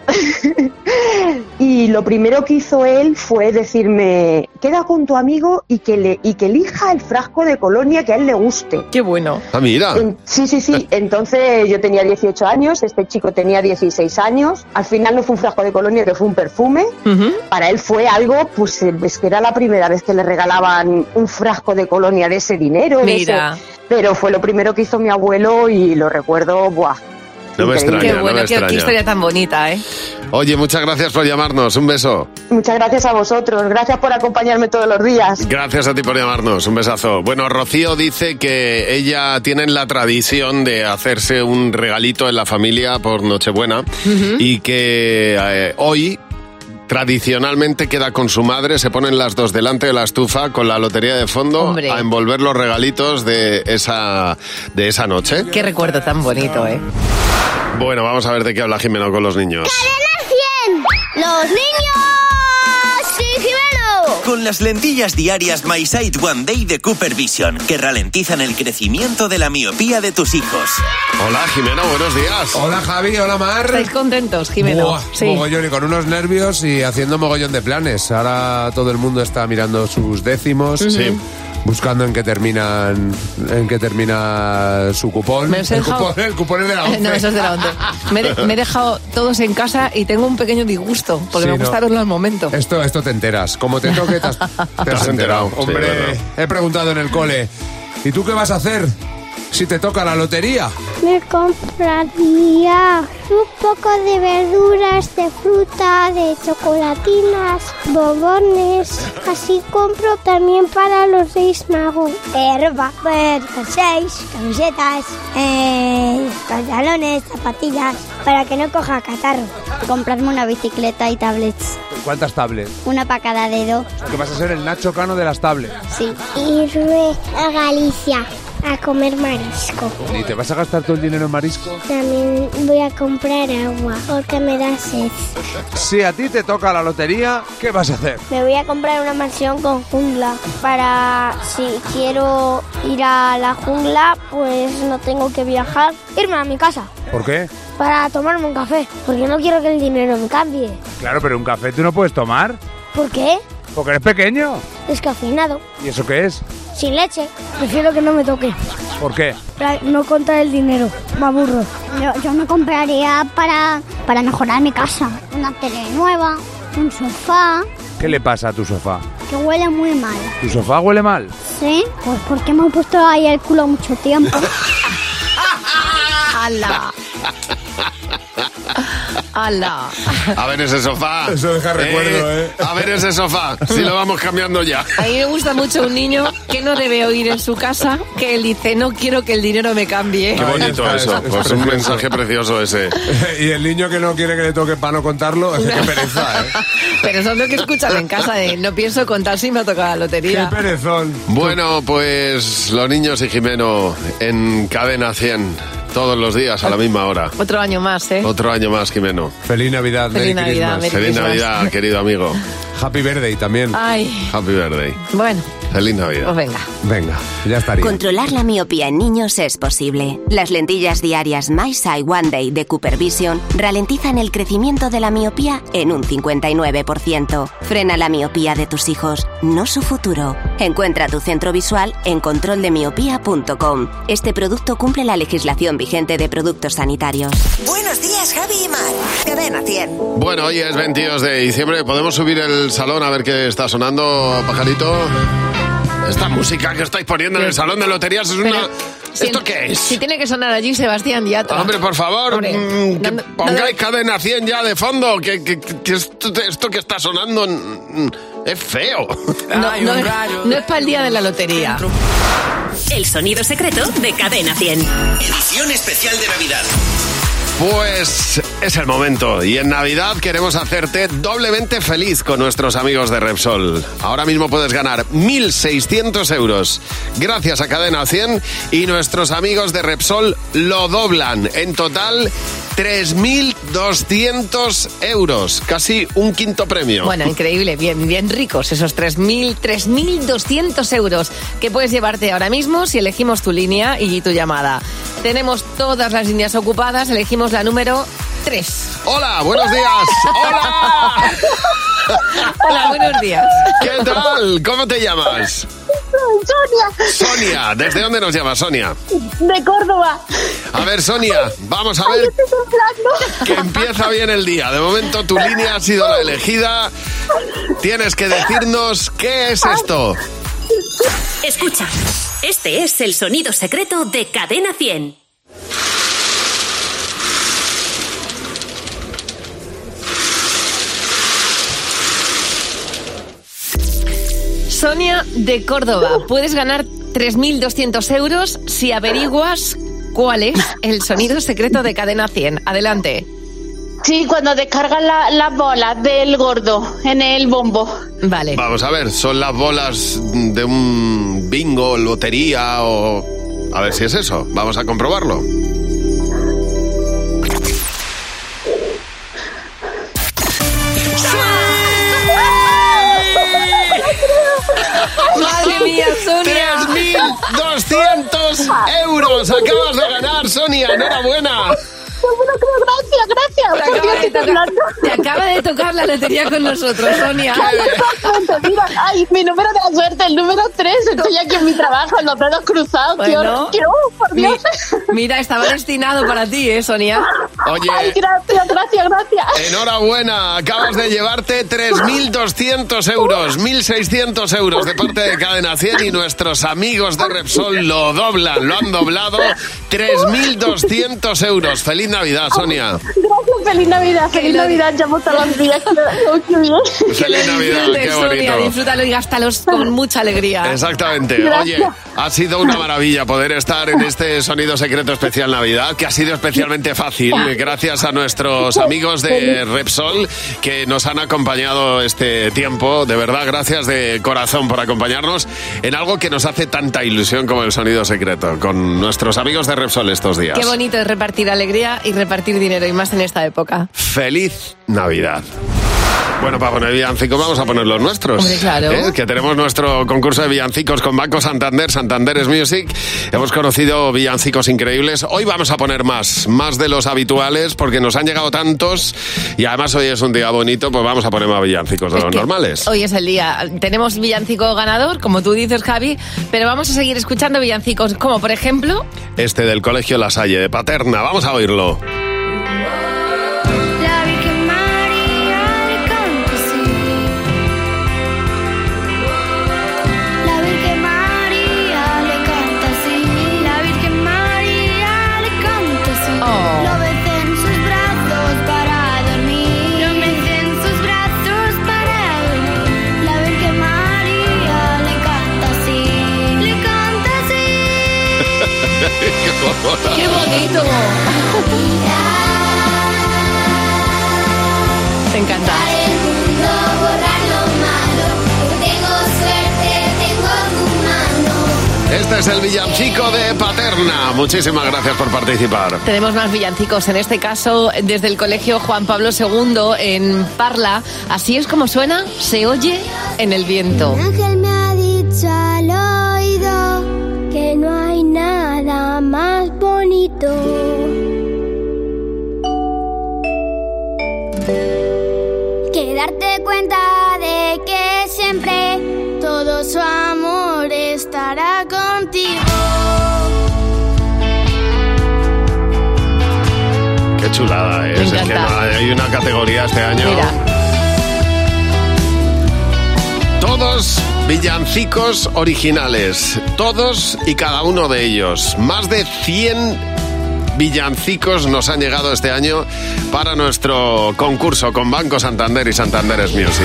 Y lo primero que hizo él fue decirme, queda con tu amigo y que elija el frasco de colonia que a él le guste. Qué bueno. Ah, mira. Sí. Entonces yo tenía 18 años, este chico tenía 16 años. Al final no fue un frasco de colonia, que fue un perfume. Para él fue algo, pues es que era la primera vez que le regalaban un frasco de colonia de ese dinero. Mira. Pero fue lo primero que hizo mi abuelo y lo recuerdo, ¡buah! No me extraña, Qué no bueno, me qué extraña. historia tan bonita, ¿eh? Oye, muchas gracias por llamarnos. Un beso. Muchas gracias a vosotros, gracias por acompañarme todos los días. Gracias a ti por llamarnos. Un besazo. Bueno, Rocío dice que ella tiene la tradición de hacerse un regalito en la familia por Nochebuena y que hoy tradicionalmente queda con su madre, se ponen las dos delante de la estufa con la lotería de fondo. Hombre. A envolver los regalitos de esa noche. Qué recuerdo tan bonito, ¿eh? Bueno, vamos a ver de qué habla Jimeno con los niños. ¡Cadena 100! ¡Los niños! ¡Sí, Jimeno! Con las lentillas diarias My Sight One Day de Cooper Vision, que ralentizan el crecimiento de la miopía de tus hijos. Hola, Jimeno, buenos días. Hola, Javi, hola, Mar. ¿Estáis contentos, Jimeno? Buah, Sí. mogollón y con unos nervios y haciendo mogollón de planes. Ahora todo el mundo está mirando sus décimos. Sí. Buscando en qué termina su cupón. Me os he dejado- El cupón es de la 11. No, eso es de la 11. Me he dejado todos en casa y tengo un pequeño disgusto, porque Sí, me no. gustaron los momentos. Esto te enteras. Como te toque, te has enterado. Sí, Hombre, verdad. he preguntado en el cole, ¿y tú qué vas a hacer si te toca la lotería? Me compraría un poco de verduras, de fruta, de chocolatinas, bombones. Así compro también para los Reyes Magos. Ropa, pues jerseys, camisetas, pantalones, zapatillas, para que no coja catarro. Comprarme una bicicleta y tablets, ¿Cuántas tablets? una para cada dedo. Que vas a ser el Nacho Cano de las tablets. Sí. Irme a Galicia a comer marisco. ¿Y te vas a gastar todo el dinero en marisco? También voy a comprar agua porque me da sed. Si a ti te toca la lotería, ¿qué vas a hacer? Me voy a comprar una mansión con jungla para si quiero ir a la jungla, pues no tengo que viajar. Irme a mi casa ¿Por qué? para tomarme un café, porque no quiero que el dinero me cambie. Claro, pero un café tú no puedes tomar, ¿Por qué? porque eres pequeño. Descafeinado, ¿Y eso qué es? sin leche. Prefiero que no me toque, ¿Por qué? para no contar el dinero. Me aburro. Yo me compraría para mejorar mi casa una tele nueva, un sofá ¿Qué le pasa a tu sofá? que huele muy mal. ¿Tu sofá huele mal? ¿Sí? Pues porque me he puesto ahí el culo mucho tiempo. ¡Hala! ¡Hala! A ver ese sofá. Eso deja recuerdo, ¿eh? A ver ese sofá, si lo vamos cambiando ya. A mí me gusta mucho un niño que no debe oír en su casa, que él dice, no quiero que el dinero me cambie. Qué bonito eso. Pues un mensaje precioso ese. Y el niño que no quiere que le toque para no contarlo, qué pereza, ¿eh? Pero eso es lo que escuchan en casa, de no pienso contar si me ha tocado la lotería. Qué perezón. Bueno, pues los niños y Jimeno en Cadena 100. Todos los días a la misma hora. Otro año más, ¿eh? Otro año más, Jimeno. Feliz Navidad, Feliz Merry Navidad, Christmas. Merry Feliz Christmas. Navidad, querido amigo. Happy Birthday también. Ay, Happy birthday. bueno, Feliz Navidad. pues venga. Venga, ya estaría. Controlar la miopía en niños es posible. Las lentillas diarias My Sight One Day de Cooper Vision ralentizan el crecimiento de la miopía en un 59%. Frena la miopía de tus hijos, no su futuro. Encuentra tu centro visual en controldemiopía.com. Este producto cumple la legislación vigente de productos sanitarios. Buenos días, Javi y Mar. Cadena 100. Bueno, hoy es 22 de diciembre. ¿Podemos subir el salón a ver qué está sonando, pajarito? Esta música que estáis poniendo en el salón de loterías es una... ¿Esto qué es? Si tiene que sonar allí, Sebastián Yatra. Hombre, por favor, Hombre, que no- pongáis Cadena 100 ya de fondo, que esto que está sonando es feo. No es para el día de la lotería. El sonido secreto de Cadena 100. Edición especial de Navidad. Pues es el momento y en Navidad queremos hacerte doblemente feliz con nuestros amigos de Repsol. Ahora mismo puedes ganar 1.600 euros gracias a Cadena 100 y nuestros amigos de Repsol lo doblan. En total, 3.200 euros, casi un quinto premio. Bueno, increíble, bien ricos esos 3.200 euros que puedes llevarte ahora mismo si elegimos tu línea y tu llamada. Tenemos todas las líneas ocupadas, elegimos la número 3. ¡Hola! ¡Buenos días! ¡Hola! Hola, buenos días. ¿Qué tal? ¿Cómo te llamas? Sonia. Sonia, ¿desde dónde nos llamas, Sonia? De Córdoba. A ver, Sonia, vamos a ver que empieza bien el día. De momento tu línea ha sido la elegida. Tienes que decirnos qué es esto. Escucha, este es el sonido secreto de Cadena 100. Sonia de Córdoba, puedes ganar 3.200 euros si averiguas cuál es el sonido secreto de Cadena 100. Adelante. Sí, cuando descargan las bolas del gordo en el bombo. Vale. Vamos a ver, son las bolas de un bingo, lotería o... A ver si es eso, vamos a comprobarlo. ¡Madre mía, Sonia! 3.200 euros acabas de ganar, Sonia, enhorabuena. Gracias. Te acaba de tocar la lotería con nosotros, Sonia. Mira, ay, mi número de la suerte, el número 3. Estoy aquí en mi trabajo, en los dedos cruzados. Bueno, por Dios. Mira, estaba destinado para ti, Sonia. Oye, Ay, gracias. enhorabuena, acabas de llevarte 3.200 euros, 1.600 euros de parte de Cadena 100 y nuestros amigos de Repsol lo doblan, lo han doblado, 3.200 euros. Feliz Navidad, Sonia. Gracias, feliz Navidad, llamo todos los días. Qué bien. Feliz Navidad, qué Sonia, bonito. disfrútalo y gástalos con mucha alegría. Exactamente. Oye, ha sido una maravilla poder estar en este sonido secreto especial Navidad, que ha sido especialmente fácil, gracias a nuestros amigos de Repsol que nos han acompañado este tiempo. De verdad, gracias de corazón por acompañarnos en algo que nos hace tanta ilusión como el sonido secreto, con nuestros amigos de Repsol estos días. Qué bonito es repartir alegría y repartir dinero, y más en esta época. ¡Feliz Navidad! Bueno, para poner villancicos vamos a poner los nuestros. Hombre, claro. Que tenemos nuestro concurso de villancicos con Banco Santander, Santander's Music. Hemos conocido villancicos increíbles. Hoy vamos a poner más de los habituales porque nos han llegado tantos y además hoy es un día bonito, pues vamos a poner más villancicos de los normales. Hoy es el día. Tenemos villancico ganador, como tú dices, Javi, pero vamos a seguir escuchando villancicos como, por ejemplo... Este del Colegio La Salle, de Paterna. Vamos a oírlo. La Virgen María le canta así. La Virgen María le canta así. La Virgen María le canta así. Lo besa en sus brazos para Este es el villancico de Paterna. Muchísimas gracias por participar. Tenemos más villancicos, en este caso desde el Colegio Juan Pablo II en Parla. Así es como suena, se oye en el viento. Un ángel me ha dicho al oído que no hay nada más bonito que darte cuenta de que siempre todo su amor estará contigo. Qué chulada es. Es que hay una categoría este año. Mira. Todos villancicos originales. Todos y cada uno de ellos. Más de 100 villancicos nos han llegado este año para nuestro concurso con Banco Santander y Santander's Music.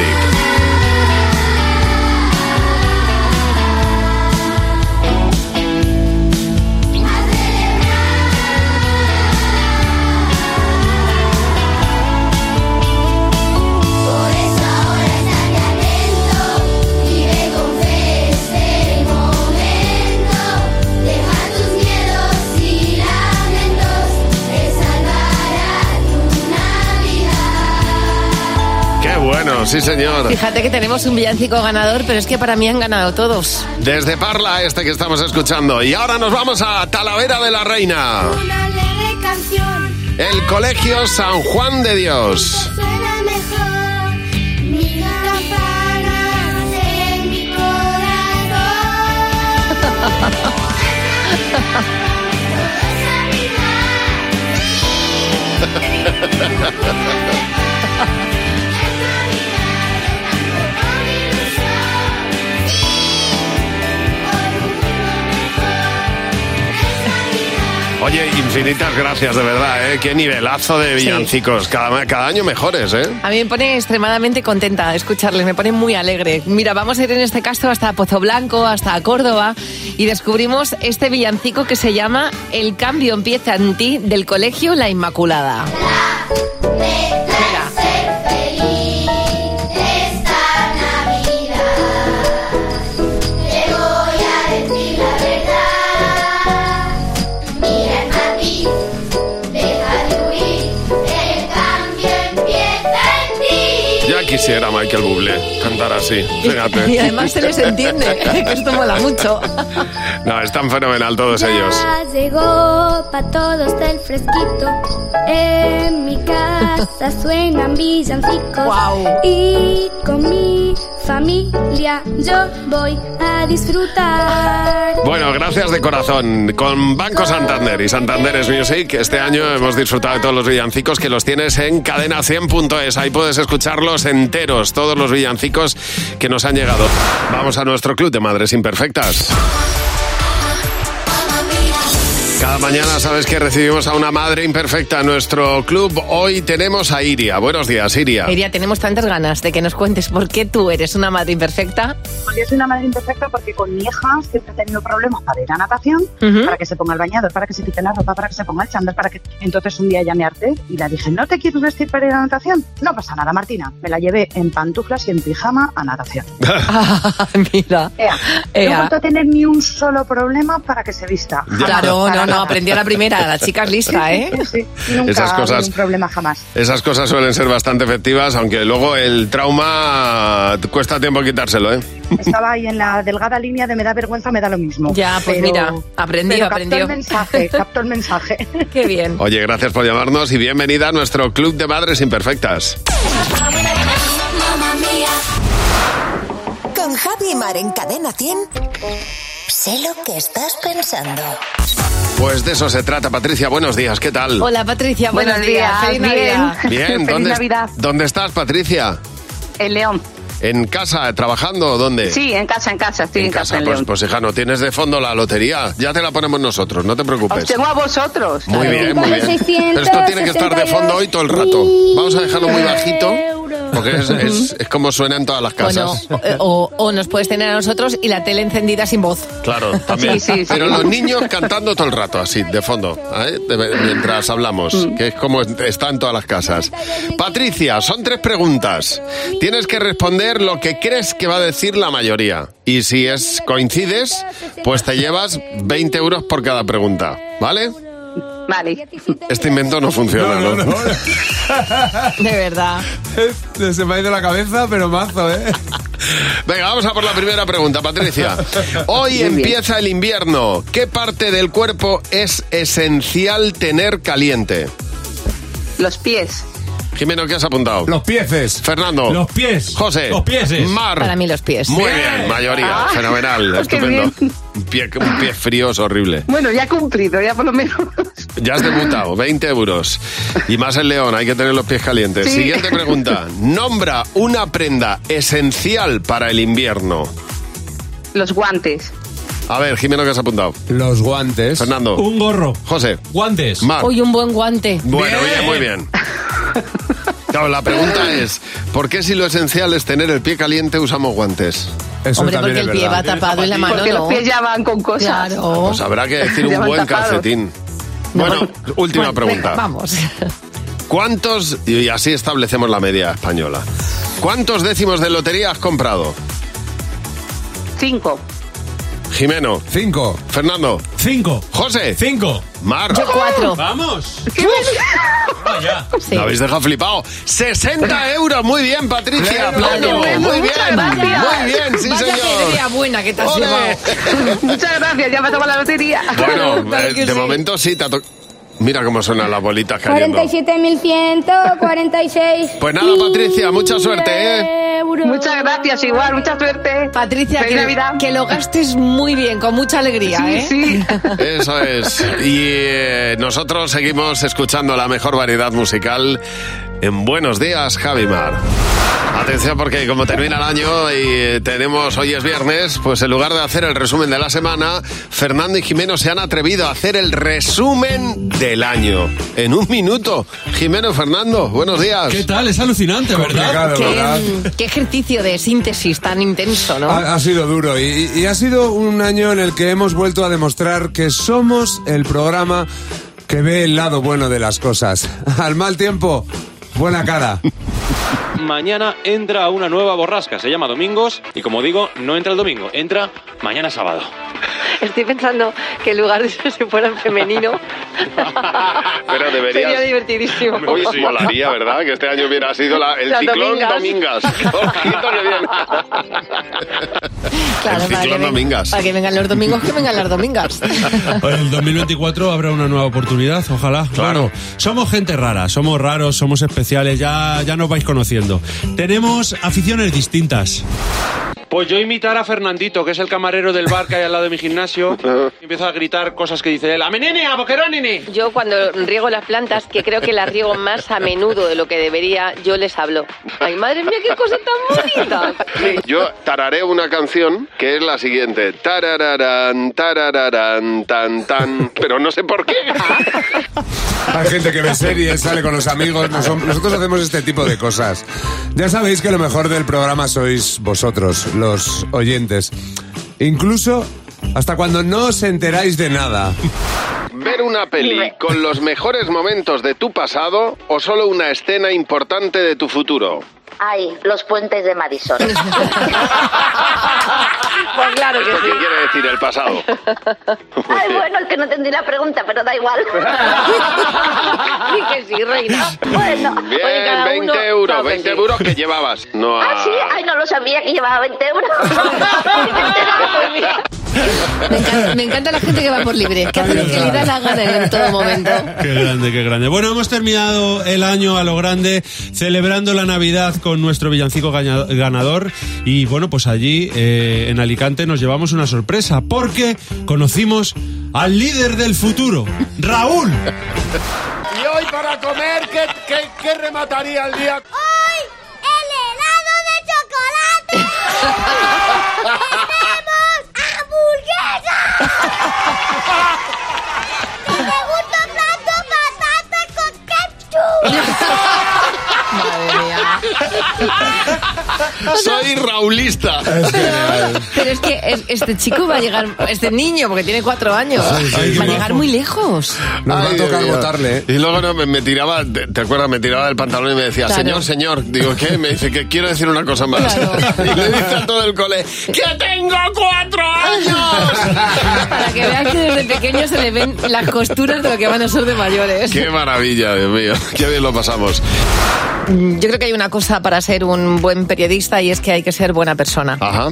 Sí, señor. Fíjate que tenemos un villancico ganador, pero es que para mí han ganado todos. Desde Parla, este que estamos escuchando. Y ahora nos vamos a Talavera de la Reina. Una leve canción. El Colegio San Juan de Dios. Suena mejor. Mi campanas en mi Oye, infinitas gracias, de verdad, ¿eh? Qué nivelazo de villancicos. Sí. Cada año mejores, ¿eh? A mí me pone extremadamente contenta escucharles, me pone muy alegre. Mira, vamos a ir en este caso hasta Pozoblanco, hasta Córdoba, y descubrimos este villancico que se llama El cambio empieza en ti, del Colegio La Inmaculada. Quisiera Michael Bublé cantar así, fíjate. Y además se les entiende, que esto mola mucho. No, es tan fenomenal todos ellos. Llegó pa' todos el fresquito. En mi casa suenan villancicos. Wow. Y con mi familia yo voy a disfrutar. Bueno, gracias de corazón. Con Banco Santander y Santander's Music, este año hemos disfrutado de todos los villancicos que los tienes en cadena100.es. Ahí puedes escucharlos enteros, todos los villancicos que nos han llegado. Vamos a nuestro club de madres imperfectas. Cada mañana sabes que recibimos a una madre imperfecta en nuestro club. Hoy tenemos a Iria. Buenos días, Iria. Iria, tenemos tantas ganas de que nos cuentes por qué tú eres una madre imperfecta. Pues yo soy una madre imperfecta porque con mi hija siempre he tenido problemas para ir a natación, para que se ponga el bañador, para que se quite la ropa, para que se ponga el chándal, para que... Entonces un día ya me harté y le dije, ¿no te quieres vestir para ir a natación? No pasa nada, Martina. Me la llevé en pantuflas y en pijama a natación. Mira. No he vuelto a tener ni un solo problema para que se vista. Claro, no, aprendí a la primera. La chica es lista, ¿eh? Sí, nunca esas cosas, un problema jamás. Esas cosas suelen ser bastante efectivas, aunque luego el trauma cuesta tiempo quitárselo, ¿eh? Estaba ahí en la delgada línea de me da vergüenza, me da lo mismo. Ya, pues mira, aprendió. Captó el mensaje. Qué bien. Oye, gracias por llamarnos y bienvenida a nuestro club de madres imperfectas. Con Javi y Mar en Cadena 100, sé lo que estás pensando. Pues de eso se trata, Patricia. Buenos días, ¿qué tal? Hola, Patricia, buenos días. Feliz Navidad. Bien, Feliz Navidad. ¿Dónde estás, Patricia? En León. ¿En casa, trabajando o dónde? Sí, en casa, estoy en casa en León. Pues hija, no tienes de fondo la lotería. Ya te la ponemos nosotros, no te preocupes. Os tengo a vosotros. Muy bien, muy bien. Pero esto tiene que estar de fondo hoy todo el rato. Vamos a dejarlo muy bajito. Porque es como suena en todas las casas. Bueno, o nos puedes tener a nosotros y la tele encendida sin voz. Claro, también. Sí. Pero los niños cantando todo el rato, así, de fondo, mientras hablamos, que es como está en todas las casas. Patricia, son 3 preguntas. Tienes que responder lo que crees que va a decir la mayoría. Y si coincides, pues te llevas 20 euros por cada pregunta, ¿vale? Vale. Este invento no funciona, ¿no? De verdad. Se me ha ido la cabeza, pero mazo, ¿eh? Venga, vamos a por la primera pregunta, Patricia. Hoy empieza el invierno. ¿Qué parte del cuerpo es esencial tener caliente? Los pies. Jimeno, ¿qué has apuntado? Los pieces. Fernando. Los pies. José. Los pieses. Mar. Para mí los pies. Muy bien, mayoría. Fenomenal, estupendo. Un pie frío es horrible. Bueno, ya he cumplido, ya por lo menos. Ya has debutado, 20 euros. Y más el león, hay que tener los pies calientes. Sí. Siguiente pregunta. Nombra una prenda esencial para el invierno. Los guantes. A ver, Jimeno, ¿qué has apuntado? Los guantes. Fernando. Un gorro. José. Guantes. Mar. Hoy un buen guante. Bueno, bien, muy bien. Claro, la pregunta es, ¿por qué si lo esencial es tener el pie caliente usamos guantes? Eso Hombre, también porque el es pie verdad. va tapado y la mano Porque no. los pies ya van con cosas. Claro. Pues habrá que decir Ya un van buen tapados. calcetín. Bueno, última pregunta. Venga, vamos. ¿Cuántos, y así establecemos la media española, cuántos décimos de lotería has comprado? 5. Jimeno. 5. Fernando. 5. José. 5. Mar. Yo 4. ¡Vamos! Ya. Sí. Me habéis dejado flipado. 60 euros. Muy bien, Patricia. Claro. Aplaudo. Vale, Muy bien. muchas gracias. Muy bien, sí, Vaya señor. idea buena que te has ¡Ole! llevado. Muchas gracias, ya me ha tomado la lotería. Bueno, Claro que de sí. momento sí te ha tocado. Mira cómo suenan las bolitas cayendo. 47.146. Pues nada, Patricia, mucha suerte, ¿eh? euros. Muchas gracias, igual, mucha suerte. Patricia, Feliz Navidad. que lo gastes muy bien, con mucha alegría, ¿eh? Sí. Eso es. Y nosotros seguimos escuchando la mejor variedad musical en Buenos Días, Javimar. Atención, porque como termina el año y hoy es viernes, pues en lugar de hacer el resumen de la semana, Fernando y Jimeno se han atrevido a hacer el resumen del año. En un minuto. Jimeno, Fernando, buenos días. ¿Qué tal? Es alucinante, ¿verdad? Qué ejercicio de síntesis tan intenso, ¿no? Ha sido duro y ha sido un año en el que hemos vuelto a demostrar que somos el programa que ve el lado bueno de las cosas. Al mal tiempo, buena cara. Mañana entra una nueva borrasca, se llama Domingos, y como digo, no entra el domingo, entra mañana sábado. Estoy pensando que en lugar de eso se fuera en femenino. Pero deberías... Sería divertidísimo. Uy, sí, molaría, ¿verdad? Que este año hubiera sido el La ciclón Domingas. Ojito que bien. Claro, El ciclón Domingas. Para que vengan los domingos, que vengan las domingas. En el 2024 habrá una nueva oportunidad, ojalá. Claro. Bueno, somos gente rara, somos raros, somos especiales, ya nos vais conociendo. Tenemos aficiones distintas. Pues yo imitar a Fernandito, que es el camarero del bar que hay al lado de mi gimnasio, y empiezo a gritar cosas que dice él. ¡A nene, a boquerón, nene! Yo cuando riego las plantas, que creo que las riego más a menudo de lo que debería, yo les hablo. ¡Ay, madre mía, qué cosa tan bonita! Yo tararé una canción que es la siguiente. Tarararán, tarararán, tan, tan. Pero no sé por qué. Hay gente que ve series, sale con los amigos. Nosotros hacemos este tipo de cosas. Ya sabéis que lo mejor del programa sois vosotros, los oyentes. Incluso hasta cuando no os enteráis de nada. ¿Ver una peli con los mejores momentos de tu pasado o solo una escena importante de tu futuro? Ay, los puentes de Madison. Pues claro que ¿Esto sí. qué quiere decir el pasado? Ay, bueno, el que no entendí la pregunta, pero da igual. Sí que sí, reina. Bueno. Bien, Oye, cada 20 uno euros, sabe 20 que sí. euros que llevabas. No Ah, sí, ay, no lo sabía que llevaba 20 euros. Me encanta la gente que va por libre, que hace lo que le da la gana en todo momento. Qué grande, qué grande. Bueno, hemos terminado el año a lo grande, celebrando la Navidad con nuestro villancico ganador. Y bueno, pues allí, en Alicante, nos llevamos una sorpresa, porque conocimos al líder del futuro, Raúl. Y hoy para comer, ¿qué remataría el día? ¡Hoy el helado de chocolate! ¡Tenemos hamburguesa! ¡Segundo plato, patata con ketchup! Madre mía. Soy raulista. Pero es que este chico va a llegar, este niño, porque tiene 4 años, va a llegar muy lejos. Nos va a tocar votarle. Y luego me tiraba, ¿te acuerdas? Me tiraba del pantalón y me decía, Claro. señor. Digo, ¿qué? Me dice que quiero decir una cosa más. Claro. Y le dice a todo el cole, ¡que tengo 4 años! Para que vean que desde pequeño se le ven las costuras de lo que van a ser de mayores. ¡Qué maravilla, Dios mío! ¡Qué bien lo pasamos! Yo creo que hay una cosa para ser un buen periodista y es que hay que ser buena persona. Ajá.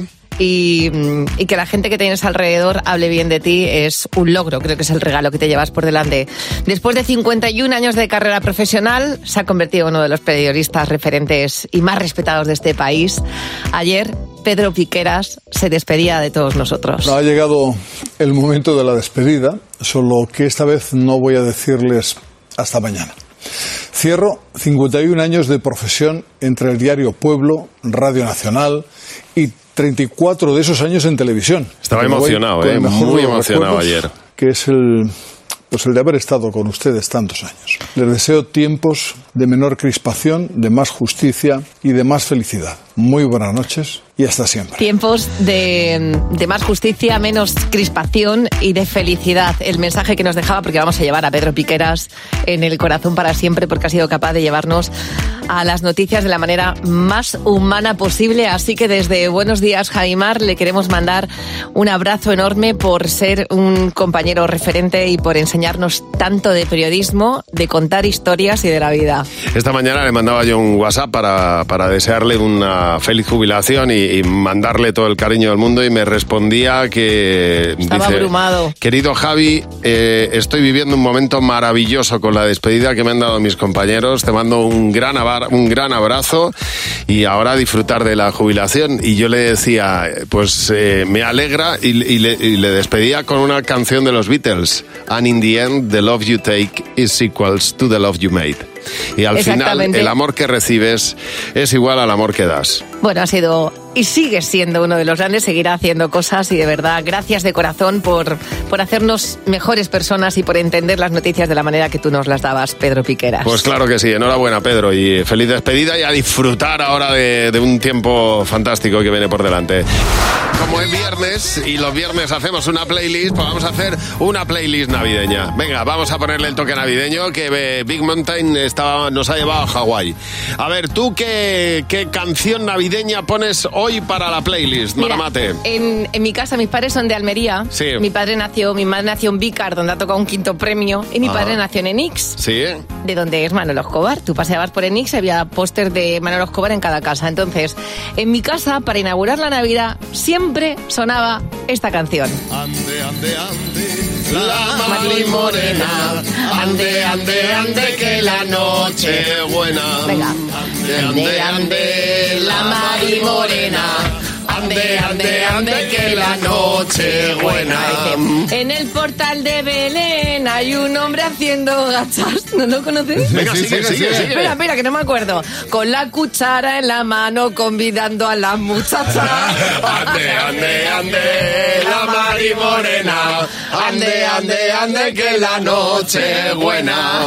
Y que la gente que tienes alrededor hable bien de ti es un logro, creo que es el regalo que te llevas por delante. Después de 51 años de carrera profesional, se ha convertido en uno de los periodistas referentes y más respetados de este país. Ayer, Pedro Piqueras se despedía de todos nosotros. Ha llegado el momento de la despedida, solo que esta vez no voy a decirles hasta mañana. Cierro 51 años de profesión entre el diario Pueblo, Radio Nacional y 34 de esos años en televisión. Estaba emocionado, muy emocionado ayer. Que es el de haber estado con ustedes tantos años. Les deseo tiempos de menor crispación, de más justicia y de más felicidad. Muy buenas noches y hasta siempre. Tiempos de más justicia, menos crispación y de felicidad. El mensaje que nos dejaba, porque vamos a llevar a Pedro Piqueras en el corazón para siempre, porque ha sido capaz de llevarnos a las noticias de la manera más humana posible. Así que desde Buenos Días, Jaimar, le queremos mandar un abrazo enorme por ser un compañero referente y por enseñarnos tanto de periodismo, de contar historias y de la vida. Esta mañana le mandaba yo un WhatsApp para desearle una feliz jubilación y mandarle todo el cariño del mundo, y me respondía que estaba abrumado. Querido Javi, estoy viviendo un momento maravilloso con la despedida que me han dado mis compañeros, te mando un gran abrazo y ahora disfrutar de la jubilación. Y yo le decía, pues me alegra, y le despedía con una canción de los Beatles, And in the end, the love you take is equals to the love you made. Y al final, el amor que recibes es igual al amor que das. Bueno, ha sido y sigue siendo uno de los grandes, seguirá haciendo cosas y de verdad, gracias de corazón por hacernos mejores personas y por entender las noticias de la manera que tú nos las dabas, Pedro Piqueras. Pues claro que sí, enhorabuena, Pedro, y feliz despedida y a disfrutar ahora de un tiempo fantástico que viene por delante. Como es viernes y los viernes hacemos una playlist, pues vamos a hacer una playlist navideña. Venga, vamos a ponerle el toque navideño que Big Mountain nos ha llevado a Hawái. A ver, ¿tú qué canción navideña pones hoy para la playlist, Maramate? En mi casa, mis padres son de Almería. Sí. Mi madre nació en Vícar, donde ha tocado un 5º premio, y mi padre nació en Enix. Sí. De donde es Manolo Escobar. Tú paseabas por Enix y había póster de Manolo Escobar en cada casa. Entonces, en mi casa, para inaugurar la Navidad, siempre sonaba esta canción. Ande, ande, ande, la Mari Morena. Ande, ande, ande, que la noche buena. Venga. Ande, ande, ande, la Mari Morena. Ande, ande, ande, que la noche buena. En el portal de Belén hay un hombre haciendo gachas. ¿No lo conoces? Venga, sigue. Espera, que no me acuerdo. Con la cuchara en la mano convidando a la muchacha. Ande, ande, ande, la Mari Morena. Ande, ande, ande, que la noche buena.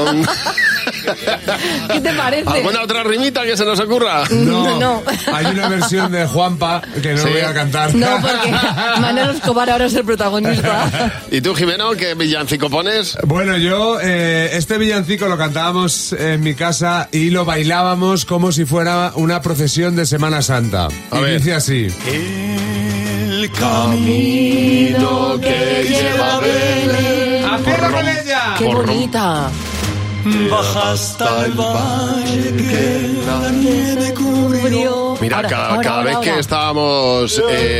¿Qué te parece? ¿Alguna otra rimita que se nos ocurra? No. Hay una versión de Juanpa que no voy a cantar. No, porque Manolo Escobar ahora es el protagonista. ¿Y tú, Jimeno, qué villancico pones? Bueno, yo este villancico lo cantábamos en mi casa y lo bailábamos como si fuera una procesión de Semana Santa. A ver. Dice así. El camino que lleva a Belén. ¡Hacerlo con ella! ¡Qué bonita! Baja hasta el valle que la nieve cubrió. Mira, cada vez que estábamos,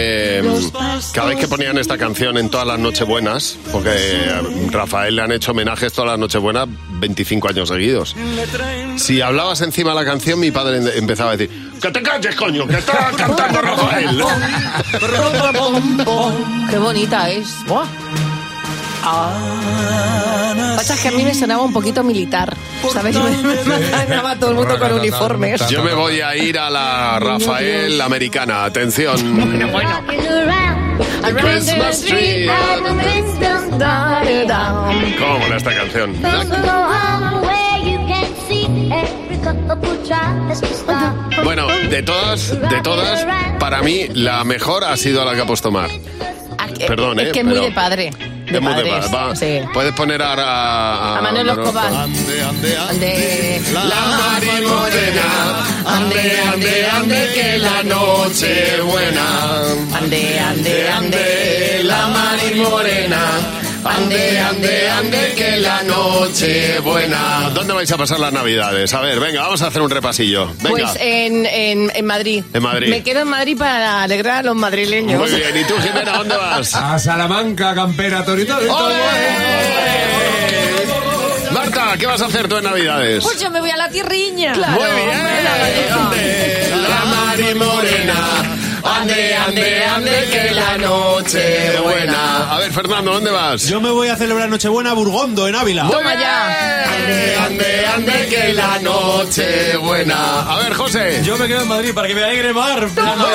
cada vez que ponían esta canción en todas las Nochebuenas, porque Rafael le han hecho homenajes todas las Nochebuenas 25 años seguidos. Si hablabas encima de la canción, mi padre empezaba a decir: ¡que te calles, coño! ¡Que está cantando Rafael! ¡Qué bonita es! ¡Buah! Pasa que a mí me sonaba un poquito militar, ¿sabes? Me imaginaba todo el mundo con uniformes. Yo me voy a ir a la Rafael americana. Atención. Bueno. The Christmas tree. ¿Cómo mola esta canción? Bueno, de todas, para mí la mejor ha sido la que ha puesto Mar. Perdón, es que es muy de padre. Es muy de padre. Va. Sí. Puedes poner ahora a Manolo Escobar. Ande, la Mari Morena. Ande, que la noche buena. Ande, la Mari Morena. Ande, que la noche buena. ¿Dónde vais a pasar las Navidades? A ver, venga, vamos a hacer un repasillo. Venga. Pues en Madrid. En Madrid. Me quedo en Madrid para alegrar a los madrileños. Muy bien. ¿Y tú, Jimena, dónde vas? A Salamanca, Campera, Torito. Marta, ¿qué vas a hacer tú en Navidades? Pues yo me voy a la tierriña. Claro. Muy bien. La Mari Morena. Ande, que la noche buena. A ver, Fernando, ¿dónde vas? Yo me voy a celebrar Nochebuena a Burgondo, en Ávila. ¡Toma ya! Ande, que la noche buena. A ver, José. Yo me quedo en Madrid para que me alegre Mar.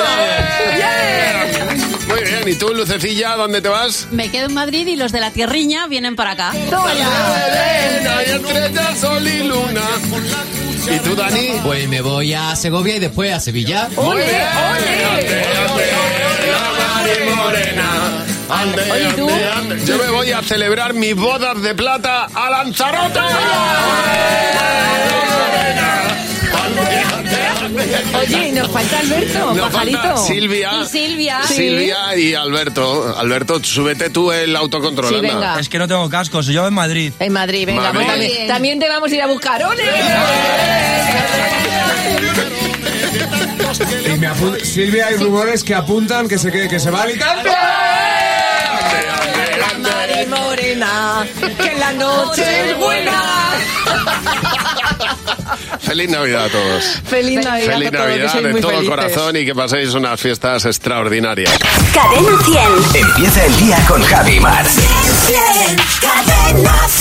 Muy bien, ¿y tú, Lucecilla, dónde te vas? Me quedo en Madrid y los de la tierriña vienen para acá. ¡Toma ya! Y estrella, sol y luna. ¿Y tú, Dani? Pues me voy a Segovia y después a Sevilla. ¡Ole! La Mari Morena. Ande. Yo me voy a celebrar mis bodas de plata a Lanzarote. Oye, nos falta Alberto, nos pajarito. Falta Silvia. Silvia y Alberto. Alberto, súbete tú el autocontrol. Sí, venga. Es que no tengo cascos, yo en Madrid. En Madrid, venga. Madrid. Pues también te vamos a ir a buscar. ¡Ole! Y Silvia, hay rumores que apuntan que se va a Alicante. La Mari Morena, que la noche es buena. Feliz Navidad a todos. Feliz Navidad Feliz a todos, Navidad que sois de muy todo felices. corazón y que paséis unas fiestas extraordinarias. Cadena 100. Empieza el día con Javi Mar. Cadena